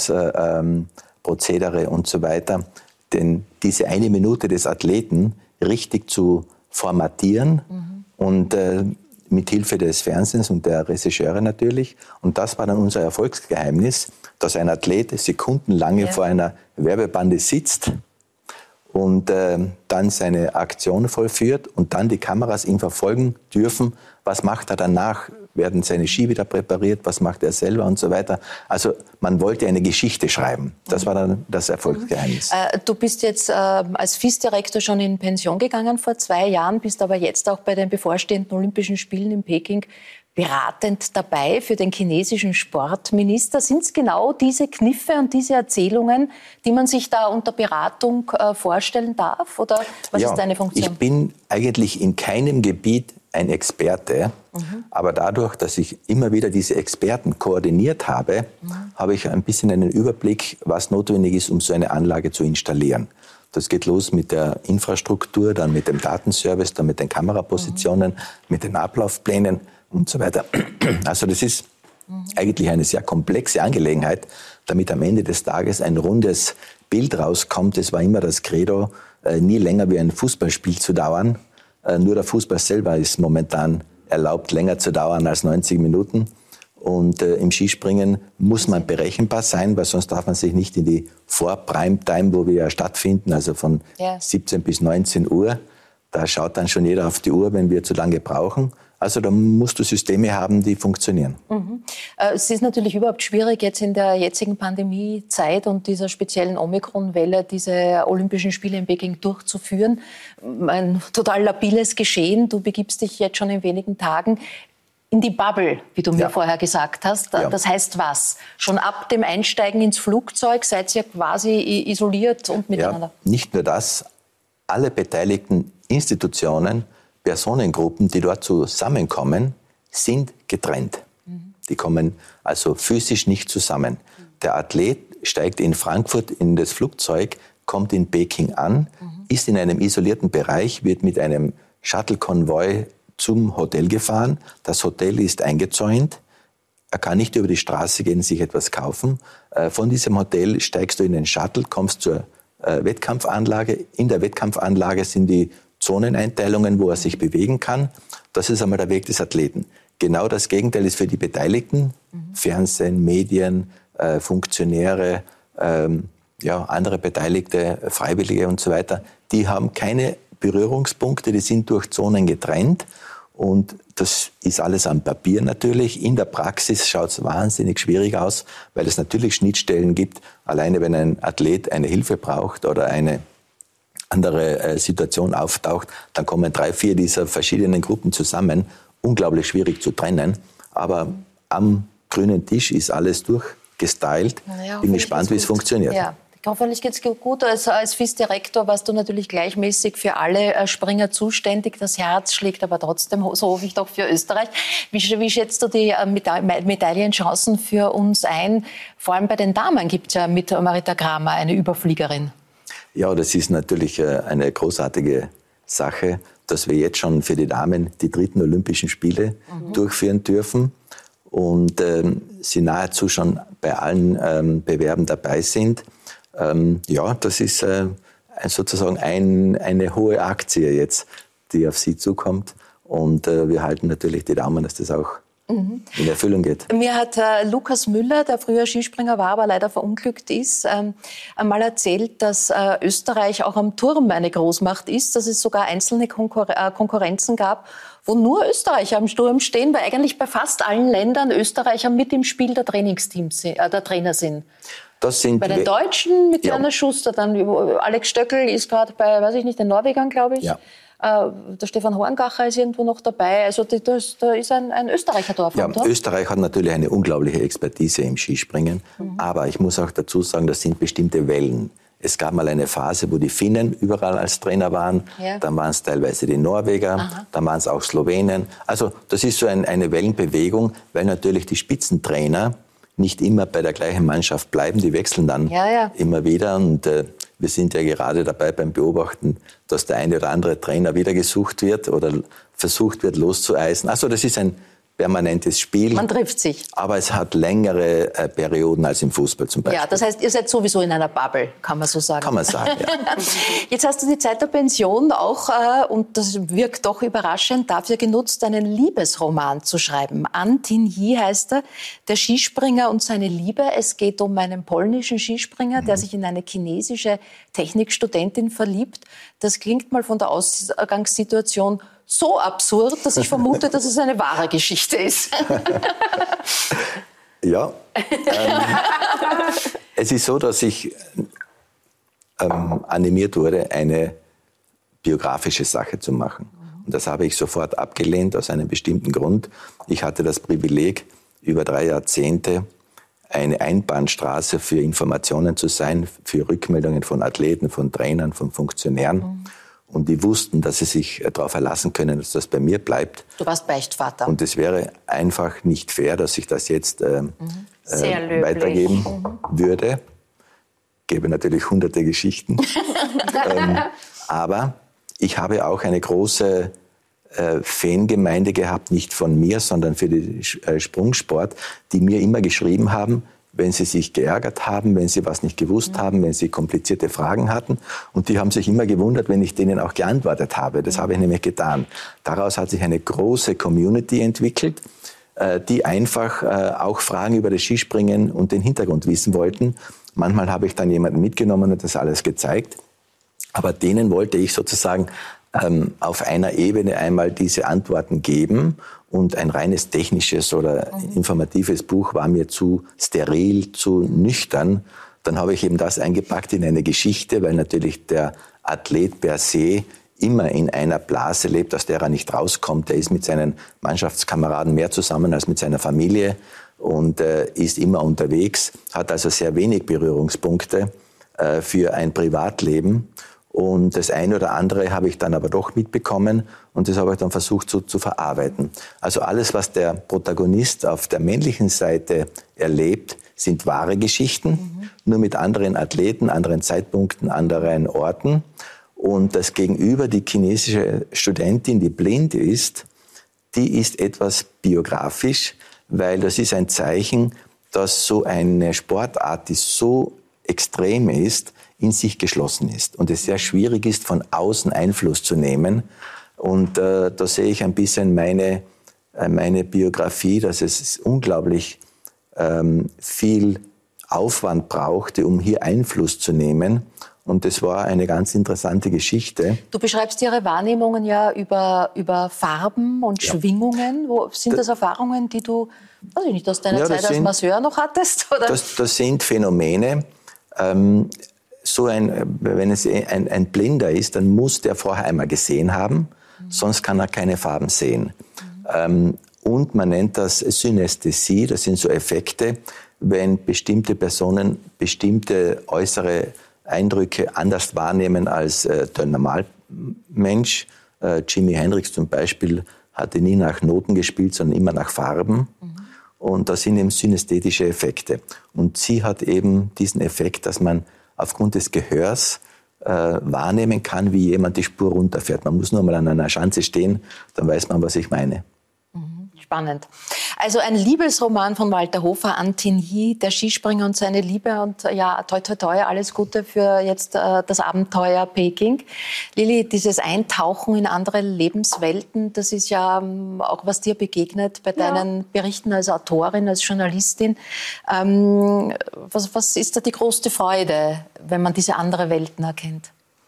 Ablassprozedere ähm, und so weiter, denn diese eine Minute des Athleten richtig zu formatieren mhm. und äh, mit Hilfe des Fernsehens und der Regisseure natürlich. Und das war dann unser Erfolgsgeheimnis, dass ein Athlet sekundenlange ja. vor einer Werbebande sitzt und äh, dann seine Aktion vollführt und dann die Kameras ihn verfolgen dürfen. Was macht er danach? Werden seine Ski wieder präpariert? Was macht er selber und so weiter? Also man wollte eine Geschichte schreiben. Das war dann das Erfolgsgeheimnis. Äh, du bist jetzt äh, als F I S-Direktor schon in Pension gegangen vor zwei Jahren, bist aber jetzt auch bei den bevorstehenden Olympischen Spielen in Peking beratend dabei für den chinesischen Sportminister. Sind es genau diese Kniffe und diese Erzählungen, die man sich da unter Beratung äh, vorstellen darf? Oder was ja, ist deine Funktion? Ich bin eigentlich in keinem Gebiet ein Experte, mhm. aber dadurch, dass ich immer wieder diese Experten koordiniert habe, mhm. habe ich ein bisschen einen Überblick, was notwendig ist, um so eine Anlage zu installieren. Das geht los mit der Infrastruktur, dann mit dem Datenservice, dann mit den Kamerapositionen, mhm. mit den Ablaufplänen und so weiter. Also das ist mhm. eigentlich eine sehr komplexe Angelegenheit, damit am Ende des Tages ein rundes Bild rauskommt. Es war immer das Credo, äh, nie länger wie ein Fußballspiel zu dauern. Äh, nur der Fußball selber ist momentan erlaubt, länger zu dauern als neunzig Minuten. Und äh, im Skispringen muss man berechenbar sein, weil sonst darf man sich nicht in die Vor-Primetime, wo wir ja stattfinden, also von ja. siebzehn bis neunzehn Uhr. Da schaut dann schon jeder auf die Uhr, wenn wir zu lange brauchen. Also da musst du Systeme haben, die funktionieren. Mhm. Es ist natürlich überhaupt schwierig, jetzt in der jetzigen Pandemiezeit und dieser speziellen Omikron-Welle diese Olympischen Spiele in Peking durchzuführen. Ein total labiles Geschehen. Du begibst dich jetzt schon in wenigen Tagen in die Bubble, wie du mir ja. vorher gesagt hast. Das ja. heißt was? Schon ab dem Einsteigen ins Flugzeug seid ihr quasi isoliert und miteinander? Ja, nicht nur das. Alle beteiligten Institutionen, Personengruppen, die dort zusammenkommen, sind getrennt. Mhm. Die kommen also physisch nicht zusammen. Mhm. Der Athlet steigt in Frankfurt in das Flugzeug, kommt in Peking an, mhm. ist in einem isolierten Bereich, wird mit einem Shuttle-Konvoi zum Hotel gefahren. Das Hotel ist eingezäunt. Er kann nicht über die Straße gehen, sich etwas kaufen. Von diesem Hotel steigst du in den Shuttle, kommst zur Wettkampfanlage. In der Wettkampfanlage sind die Zoneneinteilungen, wo er sich bewegen kann. Das ist einmal der Weg des Athleten. Genau das Gegenteil ist für die Beteiligten, mhm. Fernsehen, Medien, äh, Funktionäre, ähm, ja, andere Beteiligte, Freiwillige und so weiter. Die haben keine Berührungspunkte, die sind durch Zonen getrennt. Und das ist alles am Papier natürlich. In der Praxis schaut es wahnsinnig schwierig aus, weil es natürlich Schnittstellen gibt. Alleine wenn ein Athlet eine Hilfe braucht oder eine andere äh, Situation auftaucht, dann kommen drei, vier dieser verschiedenen Gruppen zusammen. Unglaublich schwierig zu trennen. Aber am grünen Tisch ist alles durchgestylt. Ja, bin gespannt, wie es funktioniert. Ja. Hoffentlich geht es gut. Als, als F I S-Direktor warst du natürlich gleichmäßig für alle äh, Springer zuständig. Das Herz schlägt aber trotzdem, so hoffe ich doch, für Österreich. Wie, wie schätzt du die äh, Meda Medaillenchancen für uns ein? Vor allem bei den Damen gibt es ja mit Marita Kramer eine Überfliegerin. Ja, das ist natürlich äh, eine großartige Sache, dass wir jetzt schon für die Damen die dritten Olympischen Spiele mhm. durchführen dürfen und ähm, sie nahezu schon bei allen ähm, Bewerben dabei sind. Ähm, ja, das ist äh, sozusagen ein, eine hohe Aktie jetzt, die auf sie zukommt. Und äh, wir halten natürlich die Daumen, dass das auch mhm. in Erfüllung geht. Mir hat äh, Lukas Müller, der früher Skispringer war, aber leider verunglückt ist, ähm, einmal erzählt, dass äh, Österreich auch am Turm eine Großmacht ist, dass es sogar einzelne Konkur- äh, Konkurrenzen gab, wo nur Österreicher am Sturm stehen, weil eigentlich bei fast allen Ländern Österreicher mit im Spiel der Trainingsteams, äh, der Trainer sind. Das sind bei den Deutschen mit ja. Jana Schuster, dann Alex Stöckel ist gerade bei, weiß ich nicht, den Norwegern, glaube ich. Ja. Äh, der Stefan Horngacher ist irgendwo noch dabei. Also da, das, da ist ein, ein Österreicher Dorf. Ja, Österreich hat natürlich eine unglaubliche Expertise im Skispringen. Mhm. Aber ich muss auch dazu sagen, das sind bestimmte Wellen. Es gab mal eine Phase, wo die Finnen überall als Trainer waren. Ja. Dann waren es teilweise die Norweger, Aha. dann waren es auch Slowenen. Also das ist so ein, eine Wellenbewegung, weil natürlich die Spitzentrainer nicht immer bei der gleichen Mannschaft bleiben. Die wechseln dann ja, ja. immer wieder. Und äh, wir sind ja gerade dabei beim Beobachten, dass der eine oder andere Trainer wieder gesucht wird oder versucht wird loszueisen. Also das ist ein permanentes Spiel. Man trifft sich. Aber es hat längere äh, Perioden als im Fußball zum Beispiel. Ja, das heißt, ihr seid sowieso in einer Bubble, kann man so sagen. Kann man sagen, ja. Jetzt hast du die Zeit der Pension auch, äh, und das wirkt doch überraschend, dafür genutzt, einen Liebesroman zu schreiben. An Tinyi heißt er, der Skispringer und seine Liebe. Es geht um einen polnischen Skispringer, mhm. der sich in eine chinesische Technikstudentin verliebt. Das klingt mal von der Ausgangssituation so absurd, dass ich vermute, dass es eine wahre Geschichte ist. Ja. Ähm, es ist so, dass ich ähm, animiert wurde, eine biografische Sache zu machen. Und das habe ich sofort abgelehnt, aus einem bestimmten Grund. Ich hatte das Privileg, über drei Jahrzehnte eine Einbahnstraße für Informationen zu sein, für Rückmeldungen von Athleten, von Trainern, von Funktionären. Mhm. Und die wussten, dass sie sich darauf verlassen können, dass das bei mir bleibt. Du warst Beichtvater. Und es wäre einfach nicht fair, dass ich das jetzt äh, mhm. äh, weitergeben mhm. würde. Gäbe natürlich hunderte Geschichten. ähm, aber ich habe auch eine große äh, Fangemeinde gehabt, nicht von mir, sondern für den äh, Sprungsport, die mir immer geschrieben haben, wenn sie sich geärgert haben, wenn sie was nicht gewusst haben, wenn sie komplizierte Fragen hatten. Und die haben sich immer gewundert, wenn ich denen auch geantwortet habe. Das habe ich nämlich getan. Daraus hat sich eine große Community entwickelt, die einfach auch Fragen über das Skispringen und den Hintergrund wissen wollten. Manchmal habe ich dann jemanden mitgenommen und das alles gezeigt. Aber denen wollte ich sozusagen ähm, auf einer Ebene einmal diese Antworten geben. Und ein reines technisches oder informatives Buch war mir zu steril, zu nüchtern. Dann habe ich eben das eingepackt in eine Geschichte, weil natürlich der Athlet per se immer in einer Blase lebt, aus der er nicht rauskommt. Er ist mit seinen Mannschaftskameraden mehr zusammen als mit seiner Familie und äh, ist immer unterwegs, hat also sehr wenig Berührungspunkte äh, für ein Privatleben. Und das eine oder andere habe ich dann aber doch mitbekommen und das habe ich dann versucht so zu verarbeiten. Also alles, was der Protagonist auf der männlichen Seite erlebt, sind wahre Geschichten, mhm. nur mit anderen Athleten, anderen Zeitpunkten, anderen Orten. Und das Gegenüber, die chinesische Studentin, die blind ist, die ist etwas biografisch, weil das ist ein Zeichen, dass so eine Sportart, die so extrem ist, in sich geschlossen ist und es sehr schwierig ist, von außen Einfluss zu nehmen. Und äh, da sehe ich ein bisschen meine, äh, meine Biografie, dass es unglaublich ähm, viel Aufwand brauchte, um hier Einfluss zu nehmen. Und das war eine ganz interessante Geschichte. Du beschreibst Ihre Wahrnehmungen ja über, über Farben und ja. Schwingungen. Wo, sind das Erfahrungen, die du, weiß ich nicht, aus deiner ja, Zeit als Masseur noch hattest? Oder? Das, das sind Phänomene. Ähm, so ein, wenn es ein, ein Blinder ist, dann muss der vorher einmal gesehen haben, mhm. sonst kann er keine Farben sehen. Mhm. Ähm, und man nennt das Synästhesie, das sind so Effekte, wenn bestimmte Personen bestimmte äußere Eindrücke anders wahrnehmen als äh, der Normalmensch. Äh, Jimi Hendrix zum Beispiel hatte nie nach Noten gespielt, sondern immer nach Farben. Mhm. Und das sind eben synästhetische Effekte. Und sie hat eben diesen Effekt, dass man aufgrund des Gehörs äh, wahrnehmen kann, wie jemand die Spur runterfährt. Man muss nur mal an einer Schanze stehen, dann weiß man, was ich meine. Spannend. Also ein Liebesroman von Walter Hofer, Antigny, der Skispringer und seine Liebe. Und ja, toi, toi, toi, alles Gute für jetzt äh, das Abenteuer Peking. Lili, dieses Eintauchen in andere Lebenswelten, das ist ja ähm, auch, was dir begegnet bei deinen ja. Berichten als Autorin, als Journalistin. Ähm, was, was ist da die größte Freude, wenn man diese andere Welten erkennt?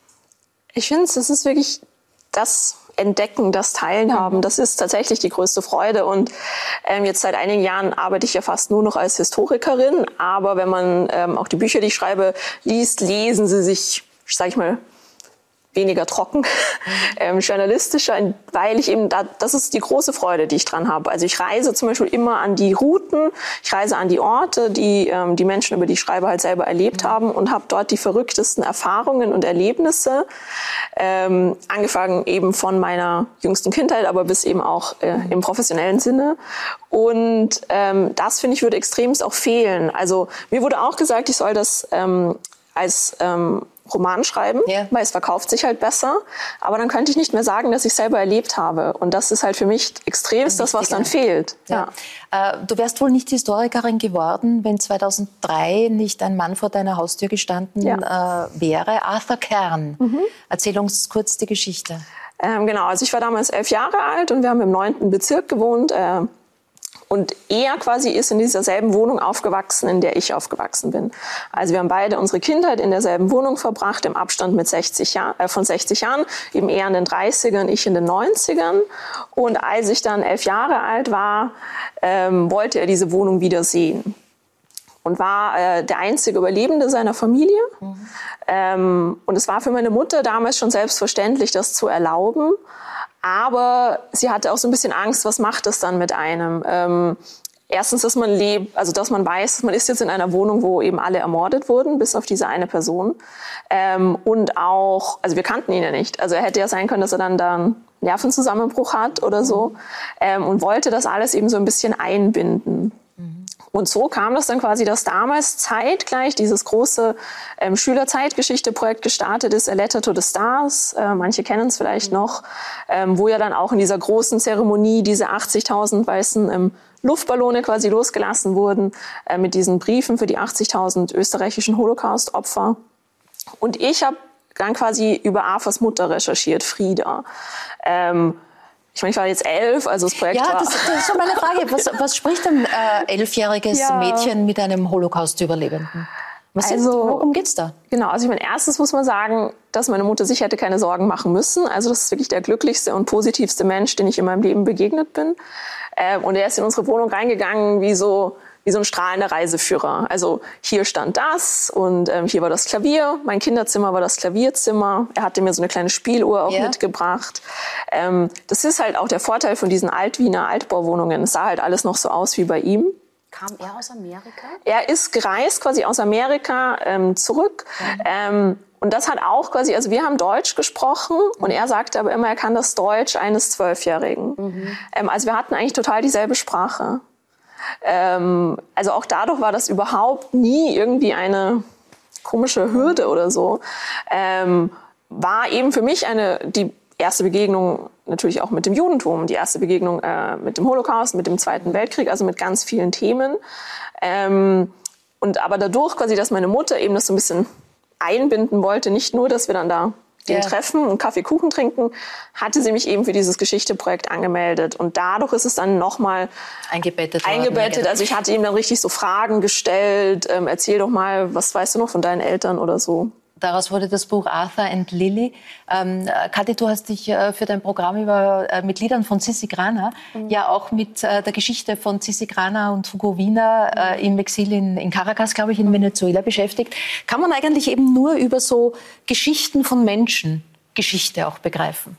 Ich finde, es ist wirklich das Entdecken, das Teilhaben, das ist tatsächlich die größte Freude. Und ähm, jetzt seit einigen Jahren arbeite ich ja fast nur noch als Historikerin. Aber wenn man ähm, auch die Bücher, die ich schreibe, liest, lesen sie sich, sag ich mal, weniger trocken, ähm, journalistischer, weil ich eben, da, das ist die große Freude, die ich dran habe. Also ich reise zum Beispiel immer an die Routen, ich reise an die Orte, die ähm, die Menschen, über die ich schreibe, halt selber erlebt mhm. haben und habe dort die verrücktesten Erfahrungen und Erlebnisse, ähm, angefangen eben von meiner jüngsten Kindheit, aber bis eben auch äh, im professionellen Sinne. Und ähm, das, finde ich, würde extremst auch fehlen. Also mir wurde auch gesagt, ich soll das ähm, als ähm, Roman schreiben, yeah. weil es verkauft sich halt besser. Aber dann könnte ich nicht mehr sagen, dass ich selber erlebt habe. Und das ist halt für mich extremst das, was dann fehlt. Ja. Ja. Äh, du wärst wohl nicht Historikerin geworden, wenn zweitausenddrei nicht ein Mann vor deiner Haustür gestanden ja. äh, wäre. Arthur Kern. Mhm. Erzähl uns kurz die Geschichte. Ähm, genau, also ich war damals elf Jahre alt und wir haben im neunten Bezirk gewohnt. Äh, Und er quasi ist in dieser selben Wohnung aufgewachsen, in der ich aufgewachsen bin. Also wir haben beide unsere Kindheit in derselben Wohnung verbracht, im Abstand mit sechzig Jahr, äh, von sechzig Jahren, eben er in den dreißigern, ich in den neunzigern. Und als ich dann elf Jahre alt war, ähm, wollte er diese Wohnung wieder sehen. Und war äh, der einzige Überlebende seiner Familie. Mhm. Ähm, und es war für meine Mutter damals schon selbstverständlich, das zu erlauben. Aber sie hatte auch so ein bisschen Angst, was macht das dann mit einem? Ähm, erstens, dass man lebt, also dass man weiß, man ist jetzt in einer Wohnung, wo eben alle ermordet wurden, bis auf diese eine Person. Ähm, und auch, also wir kannten ihn ja nicht. Also er hätte ja sein können, dass er dann da einen Nervenzusammenbruch hat oder so. Ähm, und wollte das alles eben so ein bisschen einbinden. Und so kam das dann quasi, dass damals zeitgleich dieses große ähm, Schülerzeitgeschichte-Projekt gestartet ist, A Letter to the Stars. Äh, manche kennen es vielleicht mhm. noch, ähm, wo ja dann auch in dieser großen Zeremonie diese achtzigtausend weißen ähm, Luftballone quasi losgelassen wurden äh, mit diesen Briefen für die achtzigtausend österreichischen Holocaust-Opfer. Und ich habe dann quasi über Arthurs Mutter recherchiert, Frieda. Ähm, Ich meine, ich war jetzt elf, also das Projekt ja, war... Ja, das, das ist so meine Frage. Was, was spricht ein äh, elfjähriges ja. Mädchen mit einem Holocaust-Überlebenden? Was also, sind, worum geht's da? Genau, also ich meine, erstens muss man sagen, dass meine Mutter sich hätte keine Sorgen machen müssen. Also das ist wirklich der glücklichste und positivste Mensch, den ich in meinem Leben begegnet bin. Ähm, und er ist in unsere Wohnung reingegangen wie so... wie so ein strahlender Reiseführer. Also hier stand das und ähm, hier war das Klavier. Mein Kinderzimmer war das Klavierzimmer. Er hatte mir so eine kleine Spieluhr auch yeah. mitgebracht. Ähm, das ist halt auch der Vorteil von diesen Alt-Wiener Altbauwohnungen. Es sah halt alles noch so aus wie bei ihm. Kam er aus Amerika? Er ist gereist quasi aus Amerika ähm, zurück. Mhm. Ähm, und das hat auch quasi, also wir haben Deutsch gesprochen mhm. und er sagte aber immer, er kann das Deutsch eines Zwölfjährigen. Mhm. Ähm, also wir hatten eigentlich total dieselbe Sprache. Ähm, also auch dadurch war das überhaupt nie irgendwie eine komische Hürde oder so. Ähm, war eben für mich eine, die erste Begegnung natürlich auch mit dem Judentum, die erste Begegnung äh, mit dem Holocaust, mit dem Zweiten Weltkrieg, also mit ganz vielen Themen. Ähm, und aber dadurch quasi, dass meine Mutter eben das so ein bisschen einbinden wollte, nicht nur, dass wir dann da den yeah. Treffen und Kaffee, Kuchen trinken, hatte sie mich eben für dieses Geschichteprojekt angemeldet. Und dadurch ist es dann nochmal eingebettet. eingebettet. Also ich hatte ihm dann richtig so Fragen gestellt. Ähm, erzähl doch mal, was weißt du noch von deinen Eltern oder so. Daraus wurde das Buch Arthur and Lily. Ähm, Kathi, du hast dich äh, für dein Programm über, äh, mit Liedern von Cissi Grana mhm. ja auch mit äh, der Geschichte von Cissi Grana und Hugo Wiener äh, im Exil in, in Caracas, glaube ich, in Venezuela beschäftigt. Kann man eigentlich eben nur über so Geschichten von Menschen Geschichte auch begreifen?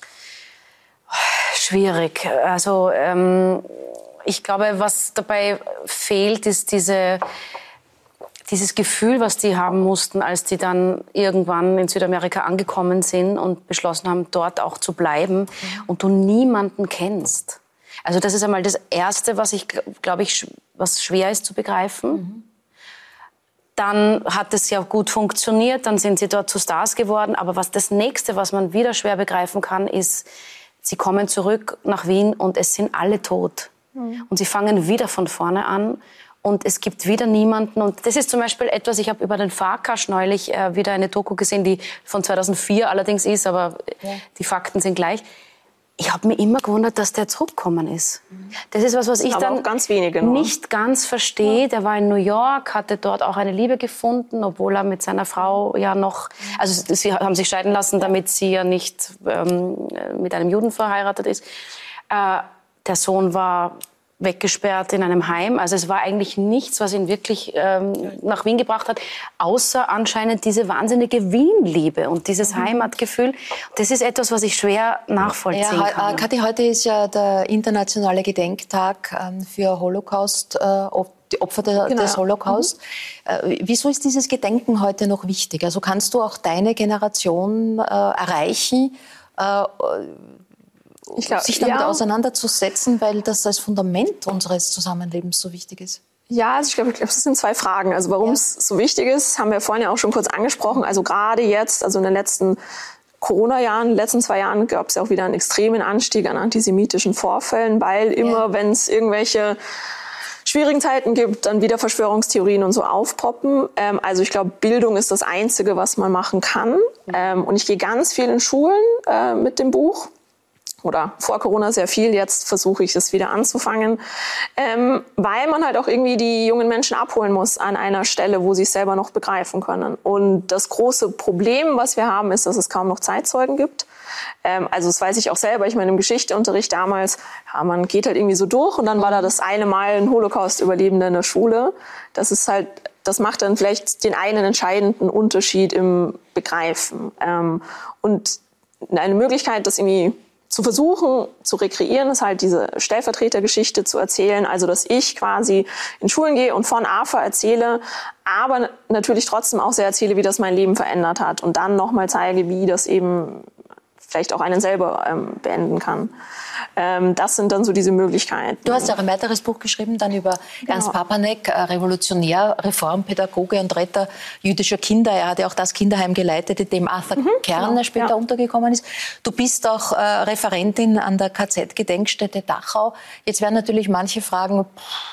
Schwierig. Also ähm, ich glaube, was dabei fehlt, ist diese... Dieses Gefühl, was die haben mussten, als die dann irgendwann in Südamerika angekommen sind und beschlossen haben, dort auch zu bleiben, mhm. und du niemanden kennst. Also das ist einmal das Erste, was ich, glaube ich, was schwer ist zu begreifen. Mhm. Dann hat es ja gut funktioniert, dann sind sie dort zu Stars geworden. Aber was das Nächste, was man wieder schwer begreifen kann, ist, sie kommen zurück nach Wien und es sind alle tot. Mhm. Und sie fangen wieder von vorne an. Und es gibt wieder niemanden. Und das ist zum Beispiel etwas, ich habe über den Farkas neulich äh, wieder eine Doku gesehen, die von zweitausendvier allerdings ist, aber ja. die Fakten sind gleich. Ich habe mir immer gewundert, dass der zurückgekommen ist. Das ist was, was ich aber dann auch ganz wenige nur. nicht ganz verstehe. Der war in New York, hatte dort auch eine Liebe gefunden, obwohl er mit seiner Frau ja noch... Also sie haben sich scheiden lassen, damit sie ja nicht ähm, mit einem Juden verheiratet ist. Äh, der Sohn war weggesperrt in einem Heim. Also es war eigentlich nichts, was ihn wirklich ähm, nach Wien gebracht hat, außer anscheinend diese wahnsinnige Wien-Liebe und dieses mhm. Heimatgefühl. Das ist etwas, was ich schwer nachvollziehen ja, kann. Kathi, heute ist ja der internationale Gedenktag ähm, für Holocaust, äh, die Opfer de, genau. des Holocaust. Mhm. Äh, wieso ist dieses Gedenken heute noch wichtig? Also kannst du auch deine Generation äh, erreichen, äh, Ich glaub, sich damit ja. auseinanderzusetzen, weil das als Fundament unseres Zusammenlebens so wichtig ist? Ja, also ich glaube, glaub, das sind zwei Fragen. Also warum es ja. so wichtig ist, haben wir vorhin ja auch schon kurz angesprochen. Also gerade jetzt, also in den letzten Corona-Jahren, in den letzten zwei Jahren gab es ja auch wieder einen extremen Anstieg an antisemitischen Vorfällen, weil immer, ja. wenn es irgendwelche schwierigen Zeiten gibt, dann wieder Verschwörungstheorien und so aufpoppen. Ähm, also ich glaube, Bildung ist das Einzige, was man machen kann. Ähm, und ich gehe ganz viel in Schulen äh, mit dem Buch. Oder vor Corona sehr viel, jetzt versuche ich es wieder anzufangen, ähm, weil man halt auch irgendwie die jungen Menschen abholen muss an einer Stelle, wo sie es selber noch begreifen können. Und das große Problem, was wir haben, ist, dass es kaum noch Zeitzeugen gibt. Ähm, also das weiß ich auch selber, ich meine im Geschichteunterricht damals, ja, man geht halt irgendwie so durch und dann war da das eine Mal ein Holocaust-Überlebender in der Schule. Das ist halt, das macht dann vielleicht den einen entscheidenden Unterschied im Begreifen. Ähm, und eine Möglichkeit, das irgendwie zu versuchen, zu rekreieren, ist halt diese Stellvertretergeschichte zu erzählen, also dass ich quasi in Schulen gehe und von A F A erzähle, aber natürlich trotzdem auch sehr erzähle, wie das mein Leben verändert hat und dann nochmal zeige, wie das eben vielleicht auch einen selber ähm, beenden kann. Ähm, das sind dann so diese Möglichkeiten. Du hast auch ein weiteres Buch geschrieben, dann über genau. Ernst Papanek, Revolutionär, Reformpädagoge und Retter jüdischer Kinder. Er hat ja auch das Kinderheim geleitet, in dem Arthur mhm, Kerner genau. später ja. untergekommen ist. Du bist auch äh, Referentin an der K Z-Gedenkstätte Dachau. Jetzt werden natürlich manche fragen,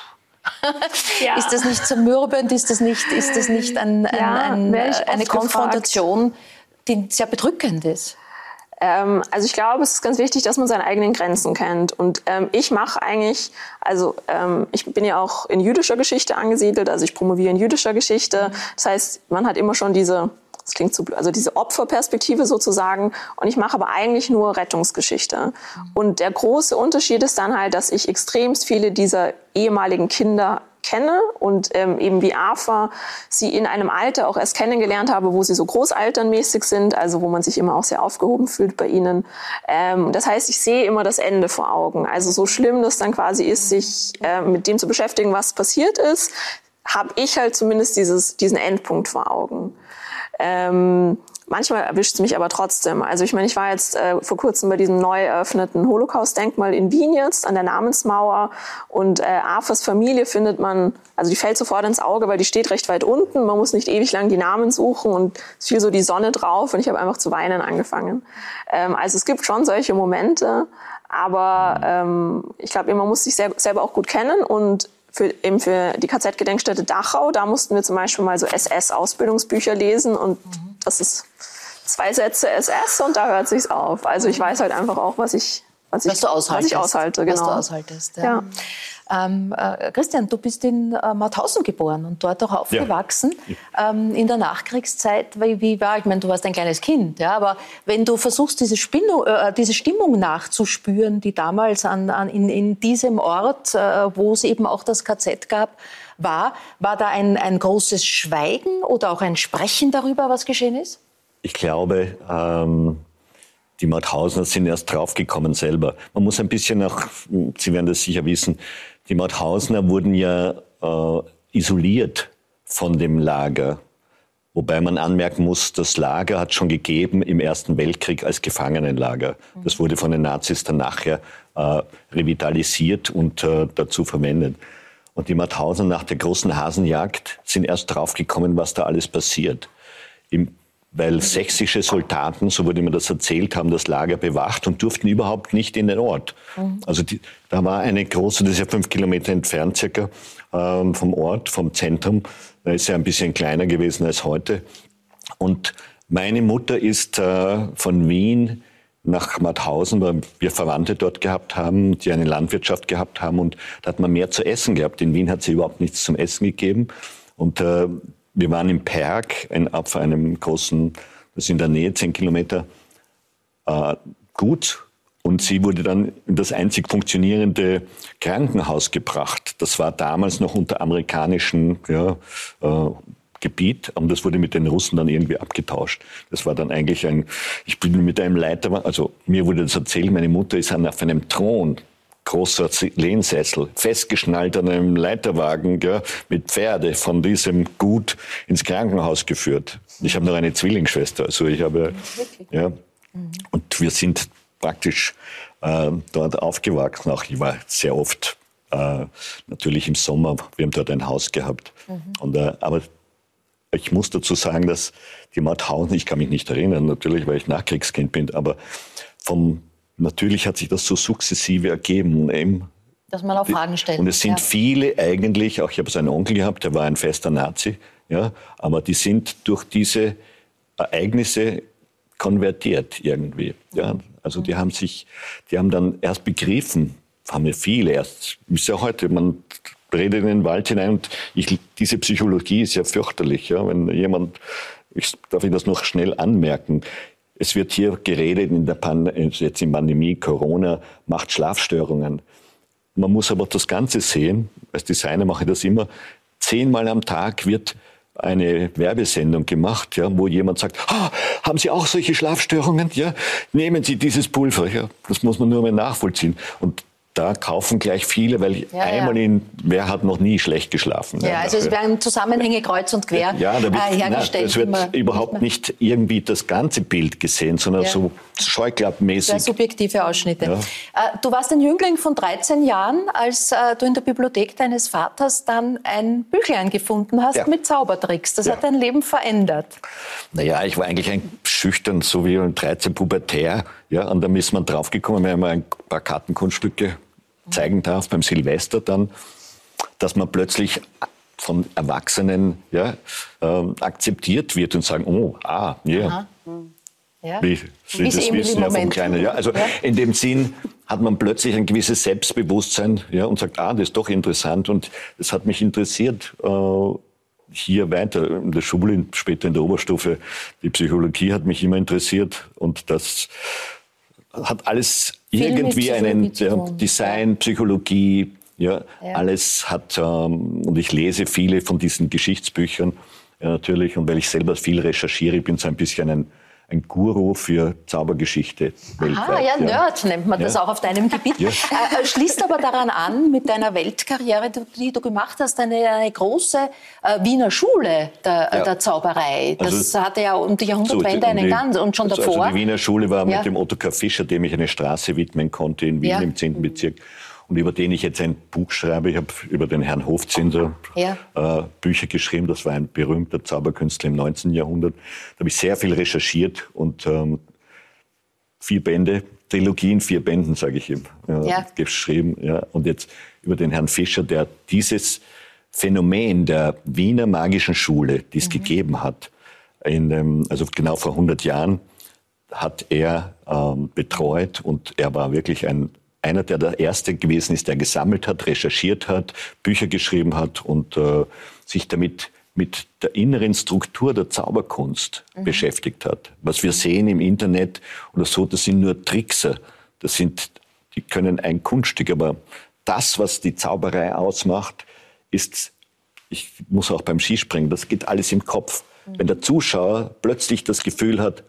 ja. ist das nicht zermürbend, ist das nicht, ist das nicht ein, ein, ja, ein, eine Konfrontation, die sehr bedrückend ist? Ähm, also ich glaube, es ist ganz wichtig, dass man seine eigenen Grenzen kennt. Und ähm, ich mache eigentlich, also ähm, ich bin ja auch in jüdischer Geschichte angesiedelt, also ich promoviere in jüdischer Geschichte. Das heißt, man hat immer schon diese, das klingt zu blöd, also diese Opferperspektive sozusagen. Und ich mache aber eigentlich nur Rettungsgeschichte. Und der große Unterschied ist dann halt, dass ich extremst viele dieser ehemaligen Kinder kenne und ähm, eben wie A F A sie in einem Alter auch erst kennengelernt habe, wo sie so großalternmäßig sind, also wo man sich immer auch sehr aufgehoben fühlt bei ihnen. Ähm, das heißt, ich sehe immer das Ende vor Augen. Also so schlimm das dann quasi ist, sich äh, mit dem zu beschäftigen, was passiert ist, habe ich halt zumindest dieses, diesen Endpunkt vor Augen. Ähm, Manchmal erwischt es mich aber trotzdem. Also ich meine, ich war jetzt äh, vor kurzem bei diesem neu eröffneten Holocaust-Denkmal in Wien jetzt, an der Namensmauer. Und äh, Afas Familie findet man, also die fällt sofort ins Auge, weil die steht recht weit unten. Man muss nicht ewig lang die Namen suchen und es fiel so die Sonne drauf und ich habe einfach zu weinen angefangen. Ähm, also es gibt schon solche Momente, aber ähm, ich glaube, man muss sich sehr, selber auch gut kennen und Für, eben für die K Z-Gedenkstätte Dachau, da mussten wir zum Beispiel mal so S S-Ausbildungsbücher lesen und mhm. das ist zwei Sätze S S und da hört sich's auf. Also ich weiß halt einfach auch, was ich, was ich, was was ich aushalte. Genau. Was du aushaltest, ja. ja. Ähm, äh, Christian, du bist in äh, Mauthausen geboren und dort auch aufgewachsen. Ja. Ähm, in der Nachkriegszeit, wie, wie war, ich meine, du warst ein kleines Kind, ja, aber wenn du versuchst, diese, Spinno, äh, diese Stimmung nachzuspüren, die damals an, an, in, in diesem Ort, äh, wo es eben auch das K Z gab, war, war da ein, ein großes Schweigen oder auch ein Sprechen darüber, was geschehen ist? Ich glaube, ähm die Mauthausener sind erst draufgekommen selber. Man muss ein bisschen auch, Sie werden das sicher wissen, die Mauthausener wurden ja äh, isoliert von dem Lager. Wobei man anmerken muss, das Lager hat schon gegeben im Ersten Weltkrieg als Gefangenenlager. Das wurde von den Nazis dann nachher äh, revitalisiert und äh, dazu verwendet. Und die Mauthausener nach der großen Hasenjagd sind erst draufgekommen, was da alles passiert. Im weil sächsische Soldaten, so wurde mir das erzählt, haben das Lager bewacht und durften überhaupt nicht in den Ort. Mhm. Also die, da war eine große, das ist ja fünf Kilometer entfernt circa ähm, vom Ort, vom Zentrum. Da ist ja ein bisschen kleiner gewesen als heute. Und meine Mutter ist äh, von Wien nach Mauthausen, weil wir Verwandte dort gehabt haben, die eine Landwirtschaft gehabt haben, und da hat man mehr zu essen gehabt. In Wien hat es überhaupt nichts zum Essen gegeben. Und äh, wir waren im Perg, ein, auf einem großen, das ist in der Nähe, zehn Kilometer, äh, gut. Und sie wurde dann in das einzig funktionierende Krankenhaus gebracht. Das war damals noch unter amerikanischem ja, äh, Gebiet, und das wurde mit den Russen dann irgendwie abgetauscht. Das war dann eigentlich ein, ich bin mit einem Leiter, also mir wurde das erzählt, meine Mutter ist dann auf einem Thron, großer Lehnsessel, festgeschnallt an einem Leiterwagen, ja, mit Pferde von diesem Gut ins Krankenhaus geführt. Ich habe noch eine Zwillingsschwester, also ich habe, ja, und wir sind praktisch äh, dort aufgewachsen. Auch ich war sehr oft, äh, natürlich im Sommer, wir haben dort ein Haus gehabt. Mhm. Und, äh, aber ich muss dazu sagen, dass die Mauthausen, ich kann mich nicht erinnern, natürlich, weil ich Nachkriegskind bin, aber vom, natürlich hat sich das so sukzessive ergeben. Eben, dass man auch Fragen stellt. Und es sind ja. viele eigentlich, auch ich habe so einen Onkel gehabt, der war ein fester Nazi, ja, aber die sind durch diese Ereignisse konvertiert irgendwie. Ja. Also die haben sich, die haben dann erst begriffen, haben ja viele erst, ist ja heute, man redet in den Wald hinein, und ich, diese Psychologie ist ja fürchterlich. Ja, wenn jemand, ich, darf ich das noch schnell anmerken, es wird hier geredet in der Pan, jetzt in Pandemie, Corona macht Schlafstörungen. Man muss aber das Ganze sehen, als Designer mache ich das immer, zehnmal am Tag wird eine Werbesendung gemacht, ja, wo jemand sagt, ah, haben Sie auch solche Schlafstörungen? Ja, nehmen Sie dieses Pulver. Ja, das muss man nur mal nachvollziehen. Und da kaufen gleich viele, weil ja, einmal ja. in, wer hat noch nie schlecht geschlafen? Ja, ja also es werden Zusammenhänge kreuz und quer ja, da wird, äh, hergestellt. Es wird überhaupt nicht irgendwie das ganze Bild gesehen, sondern ja. so scheuklappenmäßig. Sehr subjektive Ausschnitte. Ja. Äh, du warst ein Jüngling von dreizehn Jahren, als äh, du in der Bibliothek deines Vaters dann ein Büchlein gefunden hast ja. mit Zaubertricks. Das ja. hat dein Leben verändert. Naja, ich war eigentlich ein schüchtern, so wie ein dreizehn pubertär. Ja, und da ist man draufgekommen, wir haben ein paar Kartenkunststücke zeigen darf, beim Silvester dann, dass man plötzlich von Erwachsenen ja, äh, akzeptiert wird und sagen, oh, ah, yeah. ja. Wie Sie das wissen ja vom Kleinen. Ja, also ja. in dem Sinn hat man plötzlich ein gewisses Selbstbewusstsein ja, und sagt, ah, das ist doch interessant, und das hat mich interessiert, äh, hier weiter in der Schule, später in der Oberstufe, die Psychologie hat mich immer interessiert, und das hat alles viel irgendwie einen ja, Design, Psychologie, ja, ja. alles hat, ähm, und ich lese viele von diesen Geschichtsbüchern ja, natürlich, und weil ich selber viel recherchiere, ich bin so ein bisschen ein, ein Guru für Zaubergeschichte weltweit. Ah, ja, Nerd ja. nennt man das ja. auch auf deinem Gebiet. Ja. Äh, schließt aber daran an, mit deiner Weltkarriere, die, die du gemacht hast, eine, eine große äh, Wiener Schule der, ja. der Zauberei. Das also, hatte ja um die Jahrhundertwende so, um einen ganz, und schon also, davor. Also die Wiener Schule war ja. mit dem Ottokar Fischer, dem ich eine Straße widmen konnte in Wien ja. im zehnten Bezirk. Und über den ich jetzt ein Buch schreibe. Ich habe über den Herrn Hofzinser ja. äh, Bücher geschrieben. Das war ein berühmter Zauberkünstler im neunzehnten Jahrhundert. Da habe ich sehr viel recherchiert und ähm, vier Bände, Trilogien, vier Bänden, sage ich ihm, äh, ja. geschrieben. Ja. Und jetzt über den Herrn Fischer, der dieses Phänomen der Wiener magischen Schule, die es mhm. gegeben hat, in, ähm, also genau vor hundert Jahren, hat er ähm, betreut, und er war wirklich ein einer, der der Erste gewesen ist, der gesammelt hat, recherchiert hat, Bücher geschrieben hat und äh, sich damit mit der inneren Struktur der Zauberkunst mhm. beschäftigt hat. Was wir sehen im Internet oder so, das sind nur Trickser. Das sind, die können ein Kunststück, aber das, was die Zauberei ausmacht, ist, ich muss auch beim Skispringen, das geht alles im Kopf. Mhm. Wenn der Zuschauer plötzlich das Gefühl hat,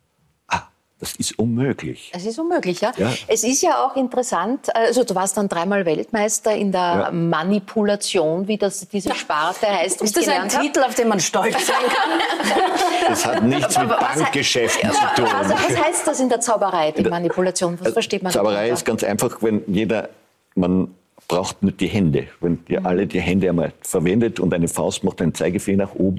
das ist unmöglich. Es ist unmöglich, ja? ja. Es ist ja auch interessant, also du warst dann dreimal Weltmeister in der ja. Manipulation, wie das diese Sparte heißt. Ist das ein Titel, auf den man stolz sein kann? Das hat nichts mit Bankgeschäften zu tun. Also was heißt das in der Zauberei, die Manipulation? Was versteht man? Zauberei darunter? Ist ganz einfach, wenn jeder, man braucht nicht die Hände. Wenn ihr mhm. alle die Hände einmal verwendet und eine Faust macht, einen Zeigefinger nach oben,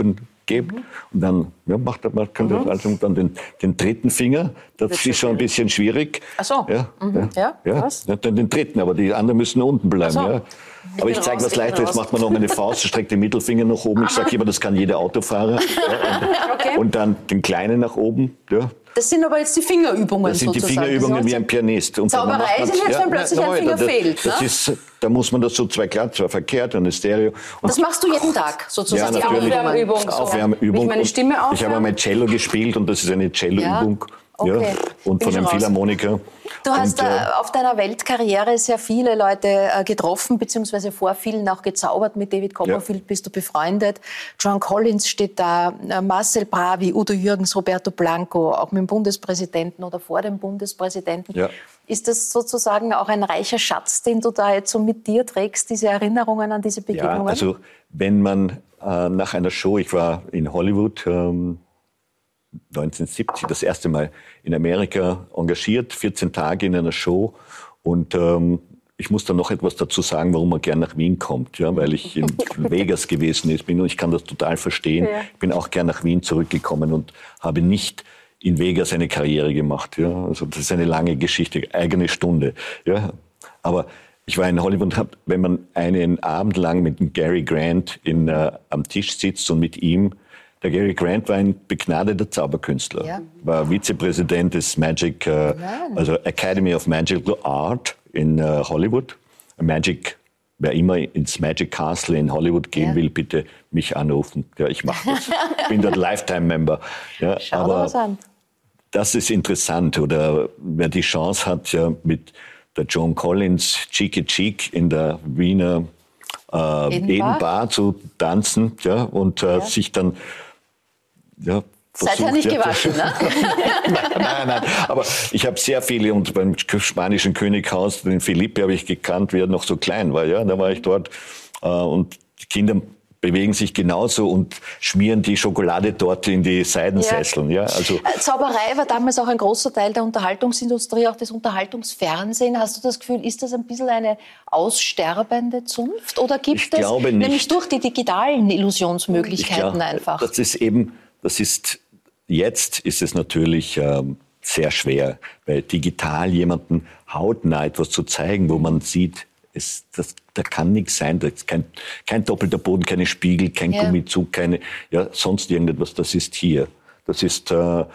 gebt. Mhm. Und dann ja, macht er, man könnte mhm. also dann den, den dritten Finger. Das Wird ist schon ein bisschen schwierig. Ach so. Ja, mhm. ja, ja, ja. ja den, den dritten, aber die anderen müssen unten bleiben. So. Ja. Aber ich, ich zeige was Leichteres. Macht man noch meine Faust, streckt den Mittelfinger nach oben. Ich sage immer, das kann jeder Autofahrer. Ja, und, okay. und dann den kleinen nach oben. Ja. Das sind aber jetzt die Fingerübungen. Das sind sozusagen. die Fingerübungen wie ein Pianist. Und Zauberei ist jetzt, wenn plötzlich ja, ein Finger das, fehlt. Das ne? ist, da muss man das so zwei glatt, zwei verkehrt und eine Stereo. Und das machst du jeden Tag sozusagen? Ja, natürlich. Die Aufwärmübung. So. Aufwärmübung. Wie ich meine Stimme aufwärme? Ich habe einmal Cello gespielt und das ist eine Celloübung. Ja. Okay. Ja, und Bin von einem Philharmoniker. Du hast und, äh, äh, auf deiner Weltkarriere sehr viele Leute äh, getroffen, beziehungsweise vor vielen auch gezaubert. Mit David Copperfield ja. bist du befreundet. John Collins steht da, äh, Marcel Bravi, Udo Jürgens, Roberto Blanco, auch mit dem Bundespräsidenten oder vor dem Bundespräsidenten. Ja. Ist das sozusagen auch ein reicher Schatz, den du da jetzt so mit dir trägst, diese Erinnerungen an diese Begegnungen? Ja, also wenn man äh, nach einer Show, ich war in Hollywood, ähm, neunzehnhundertsiebzig das erste Mal in Amerika engagiert, vierzehn Tage in einer Show. Und ähm, ich muss dann noch etwas dazu sagen, warum man gern nach Wien kommt. Ja, weil ich in Vegas gewesen bin und ich kann das total verstehen. Ja. Ich bin auch gern nach Wien zurückgekommen und habe nicht in Vegas eine Karriere gemacht. Ja, also das ist eine lange Geschichte, eigene Stunde. Ja, aber ich war in Hollywood und hab, wenn man einen Abend lang mit dem Gary Grant in, äh, am Tisch sitzt und mit ihm. Der Gary Grant war ein begnadeter Zauberkünstler, ja. war Vizepräsident des Magic, äh, also Academy of Magical Art in äh, Hollywood. Magic, wer immer ins Magic Castle in Hollywood gehen ja. will, bitte mich anrufen. Ja, ich mache das. Ich bin dort Lifetime-Member. Ja, Schau aber was an. Das ist interessant. Oder wer die Chance hat, ja, mit der Joan Collins Cheeky Cheek in der Wiener äh, Edenbar. Edenbar zu tanzen ja, und äh, ja. sich dann Ja, Seid ihr nicht gewaschen, ne? nein, nein, nein. Aber ich habe sehr viele, und beim spanischen Könighaus, den Felipe habe ich gekannt, wie er noch so klein war. Ja, da war ich dort. Äh, und die Kinder bewegen sich genauso und schmieren die Schokolade dort in die Seidensesseln. Ja. Ja, also Zauberei war damals auch ein großer Teil der Unterhaltungsindustrie, auch des Unterhaltungsfernsehens. Hast du das Gefühl, ist das ein bisschen eine aussterbende Zunft? Oder gibt ich es, glaube nicht. nämlich durch die digitalen Illusionsmöglichkeiten glaub, einfach? Das ist eben, das ist, jetzt ist es natürlich ähm, sehr schwer, weil digital jemanden hautnah etwas zu zeigen, wo man sieht, es, das, da kann nichts sein, da ist kein, kein doppelter Boden, keine Spiegel, kein ja. Gummizug, keine, ja, sonst irgendetwas, das ist hier. Das ist, äh,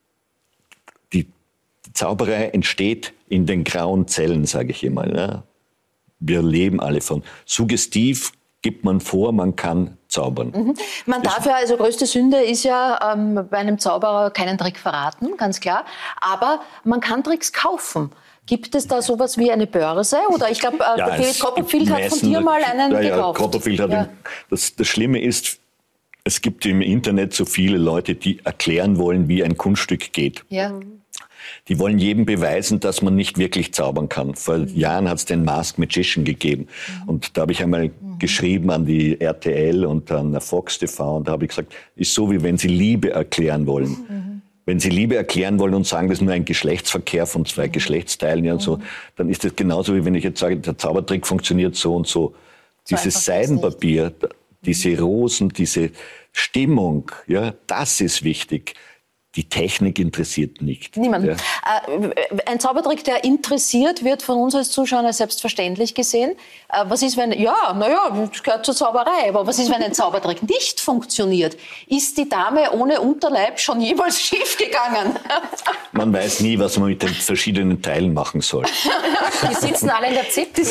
die, die Zauberei entsteht in den grauen Zellen, sage ich immer. Ja. Wir leben alle von. Suggestiv gibt man vor, man kann zaubern. Mhm. Man darf ja, also größte Sünde ist ja ähm, bei einem Zauberer keinen Trick verraten, ganz klar. Aber man kann Tricks kaufen. Gibt es da sowas wie eine Börse? Oder ich glaube, äh, ja, David Copperfield hat von dir mal einen ja, gekauft. Ja, Copperfield hat ja. einen, das, das Schlimme ist, es gibt im Internet so viele Leute, die erklären wollen, wie ein Kunststück geht. Ja. Die wollen jedem beweisen, dass man nicht wirklich zaubern kann. Vor mhm. Jahren hat es den Masked Magician gegeben. Mhm. Und da habe ich einmal mhm. geschrieben an die R T L und an Fox T V. Und da habe ich gesagt, ist so, wie wenn Sie Liebe erklären wollen. Mhm. Wenn Sie Liebe erklären wollen und sagen, das ist nur ein Geschlechtsverkehr von zwei mhm. Geschlechtsteilen, ja, und so, dann ist das genauso, wie wenn ich jetzt sage, der Zaubertrick funktioniert so und so. so Dieses Seidenpapier, diese Rosen, diese Stimmung, ja, das ist wichtig. Die Technik interessiert nicht. Niemand. Ja. Äh, ein Zaubertrick, der interessiert, wird von uns als Zuschauer selbstverständlich gesehen. Äh, was ist, wenn, ja, naja, das gehört zur Zauberei, aber was ist, wenn ein Zaubertrick nicht funktioniert? Ist die Dame ohne Unterleib schon jemals schiefgegangen? Man weiß nie, was man mit den verschiedenen Teilen machen soll. Die sitzen alle in der Z I P.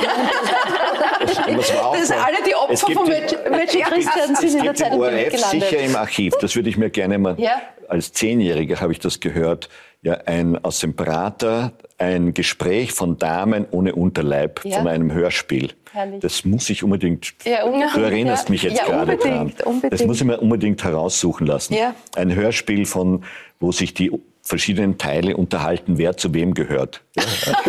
Das, das war auch das alle die Opfer von Magic Christian sind in der Zeit gelandet. Sicher im Archiv, das würde ich mir gerne mal... Ja. Als Zehnjähriger habe ich das gehört, ja, ein, aus dem Prater, ein Gespräch von Damen ohne Unterleib, ja. von einem Hörspiel. Herrlich. Das muss ich unbedingt, ja, unbedingt, du erinnerst ja. mich jetzt ja, gerade dran. Unbedingt. Das muss ich mir unbedingt heraussuchen lassen. Ja. Ein Hörspiel, von, wo sich die verschiedenen Teile unterhalten, wer zu wem gehört. Ja.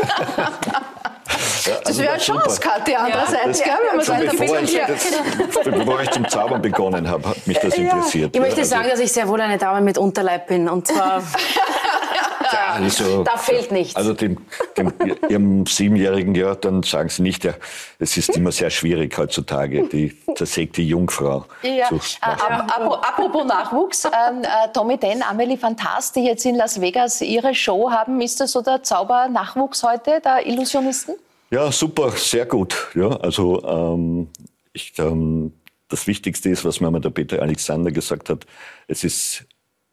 Ja, das also wäre eine Chance, Kathi, andererseits. Ja, wenn man sagt, bevor, ich, das, bevor ich zum Zaubern begonnen habe, hat mich das interessiert. Ich möchte ja, also sagen, dass ich sehr wohl eine Dame mit Unterleib bin. Und zwar Ja, also, da fehlt nichts. Also dem, dem ihrem Siebenjährigen, ja, dann sagen Sie nicht, ja, es ist immer sehr schwierig heutzutage, die zersägte Jungfrau. Ja, zu äh, ap ap apropos Nachwuchs, ähm, äh, Tommy Den, Amelie Fantast, die jetzt in Las Vegas ihre Show haben, ist das so der Zauber-Nachwuchs heute, der Illusionisten? Ja, super, sehr gut. Ja, also ähm, ich, ähm, das Wichtigste ist, was mir mal der Peter Alexander gesagt hat, es ist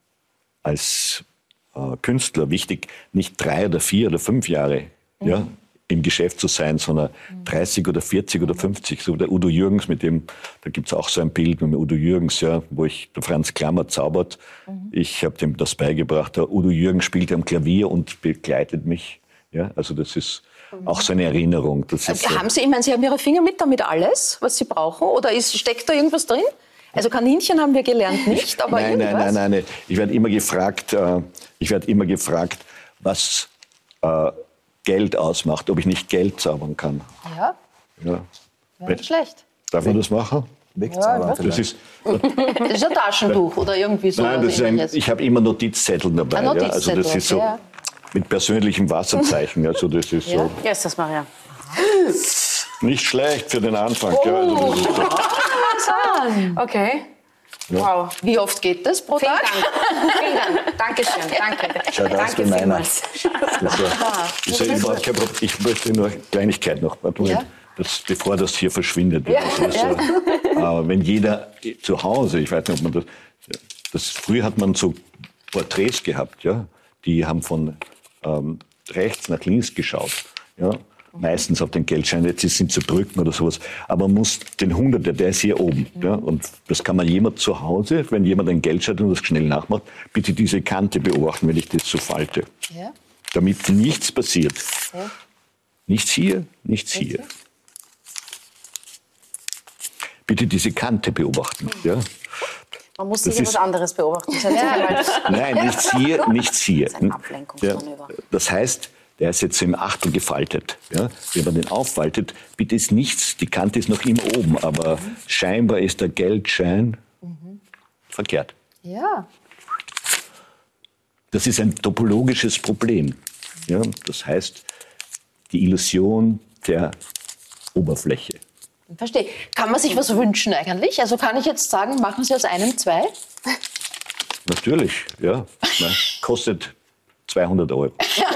als äh, Künstler wichtig, nicht drei oder vier oder fünf Jahre mhm. ja, im Geschäft zu sein, sondern mhm. dreißig oder vierzig oder fünfzig. So der Udo Jürgens, mit dem, da gibt's auch so ein Bild mit dem Udo Jürgens, ja, wo ich, der Franz Klammer zaubert. Mhm. Ich habe dem das beigebracht. Der Udo Jürgens spielt am Klavier und begleitet mich. Ja, also das ist auch so eine Erinnerung. Das ist haben Sie, ich meine, Sie haben Ihre Finger mit damit alles, was Sie brauchen? Oder ist, steckt da irgendwas drin? Also Kaninchen haben wir gelernt nicht, aber nein, irgendwas? Nein, nein, nein, nein. Ich werde immer gefragt, äh, ich werde immer gefragt, was äh, Geld ausmacht, ob ich nicht Geld zaubern kann. Ja, ja. ja nicht schlecht. Darf man das machen? Wegzaubern. Ja, das ist, das ist ein Taschentuch oder irgendwie so. Nein, das ist ein, ich habe immer Notizzettel dabei. Ein Notizzettel, ja. Also das ist so ja. mit persönlichem Wasserzeichen. Also das ist ja. so. Ja, ist das Maria. Nicht schlecht für den Anfang. Oh. Ja, also das ist so. Okay. Ja. Wow. Wie oft geht das pro Vielen Tag? Dank. Vielen Dank. Dankeschön. Danke. Schaut aus Danke wie meiner. vielmals. Das ist, ist ja überhaupt kein Problem. Ich möchte nur eine Kleinigkeit noch, Ja. das, bevor das hier verschwindet. Ja. Das ist, Ja. äh, aber wenn jeder zu Hause, ich weiß nicht, ob man das, das früher hat man so Porträts gehabt, ja, die haben von ähm, rechts nach links geschaut, ja. Meistens auf den Geldschein, jetzt sind es Brücken oder sowas. Aber man muss den Hunderter, der ist hier oben. Ja, und das kann man jemand zu Hause, wenn jemand einen Geldschein und das schnell nachmacht, bitte diese Kante beobachten, wenn ich das so falte. Ja. Damit nichts passiert. Ja. Nichts hier, nichts hier. Bitte diese Kante beobachten. Ja. Man muss Das sicher ist- was anderes beobachten. Das heißt, Nein, nichts hier, nichts hier. Das ist ein Ablenkungsmanöver. Ja, das heißt, der ist jetzt im Achtel gefaltet. Ja? Wenn man den auffaltet, bitte ist nichts, die Kante ist noch immer oben, aber scheinbar ist der Geldschein verkehrt. Ja. Das ist ein topologisches Problem. Ja? Das heißt, die Illusion der Oberfläche. Verstehe. Kann man sich was wünschen eigentlich? Also kann ich jetzt sagen, machen Sie aus einem zwei? Natürlich, ja. Na, kostet zweihundert Euro.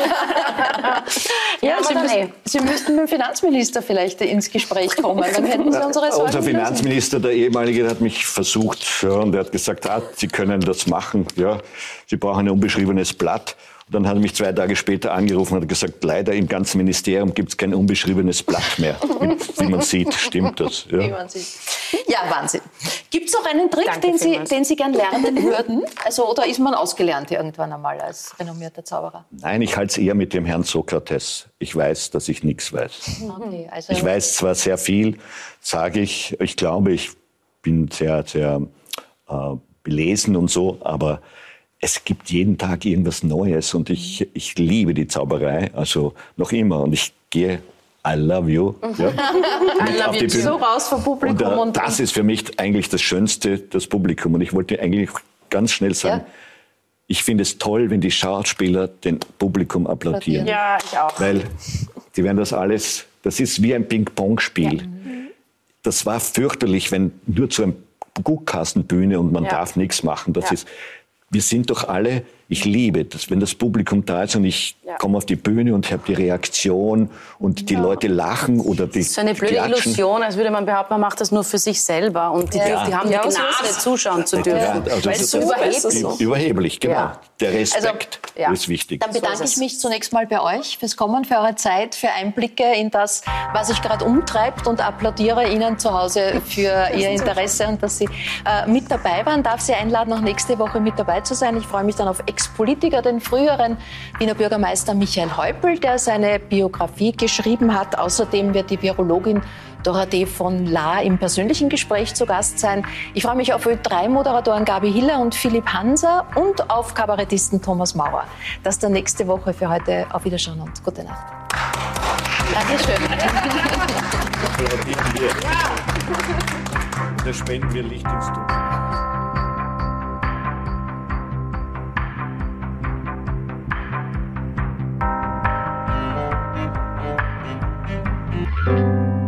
Ja, aber Sie, dann müssen, eh. Sie müssten mit dem Finanzminister vielleicht ins Gespräch kommen. Dann hätten Sie unsere Sorgen Unser lösen. Finanzminister, der ehemalige, hat mich versucht, ja, und er hat gesagt, ah, Sie können das machen, ja, Sie brauchen ein unbeschriebenes Blatt. Und dann hat er mich zwei Tage später angerufen und hat gesagt, leider im ganzen Ministerium gibt es kein unbeschriebenes Blatt mehr. Wie, wie man sieht, stimmt das. Wie Ja. man sieht. Ja, Wahnsinn. Gibt es noch einen Trick, Danke den Sie, vielmals. den Sie gern lernen würden? Also, oder ist man ausgelernt irgendwann einmal als renommierter Zauberer? Nein, ich halte es eher mit dem Herrn Sokrates. Ich weiß, dass ich nichts weiß. Okay, also Ich weiß zwar sehr viel, sage ich, ich glaube, ich bin sehr, sehr äh, belesen und so, aber es gibt jeden Tag irgendwas Neues und ich, ich liebe die Zauberei, also noch immer. Und ich gehe, I love you, ja, mit auf die Bühne. so raus vom Publikum. Und, äh, Und, das ist für mich eigentlich das Schönste, das Publikum. Und ich wollte eigentlich ganz schnell sagen, Ja. ich finde es toll, wenn die Schauspieler den Publikum applaudieren. Ja, ich auch. Weil die werden das alles, das ist wie ein Ping-Pong-Spiel. Das war fürchterlich, wenn nur zu einer Guckkastenbühne und man Ja. darf nichts machen. Das Ja. ist, wir sind doch alle, ich liebe das, wenn das Publikum da ist und ich Ja. komme auf die Bühne und habe die Reaktion und die Leute lachen oder die So eine blöde klatschen. Illusion, als würde man behaupten, man macht das nur für sich selber. Und die, Ja. die haben Ja, die so ist Gnade, es. zuschauen zu Ja, dürfen. also Weil das- es so das- überheblich das ist ist. Überheblich, genau. Ja. Der Respekt ja. ist wichtig. Dann bedanke So ist ich es. mich zunächst mal bei euch fürs Kommen, für eure Zeit, für Einblicke in das, was sich gerade umtreibt und applaudiere Ihnen zu Hause für Ihr Interesse und dass Sie äh, mit dabei waren. Darf Sie einladen, auch nächste Woche mit dabei zu sein. Ich freue mich dann auf Ex-Politiker, den früheren Wiener Bürgermeister Michael Häupl, der seine Biografie geschrieben hat. Außerdem wird die Virologin Dorothee von Lahr im persönlichen Gespräch zu Gast sein. Ich freue mich auf Ö drei Moderatoren Gabi Hiller und Philipp Hanser und auf Kabarettisten Thomas Maurer. Das dann nächste Woche. Für heute auf Wiederschauen und gute Nacht. Dankeschön. Applaudieren wir. Da spenden wir Licht ins Dunkel. Musik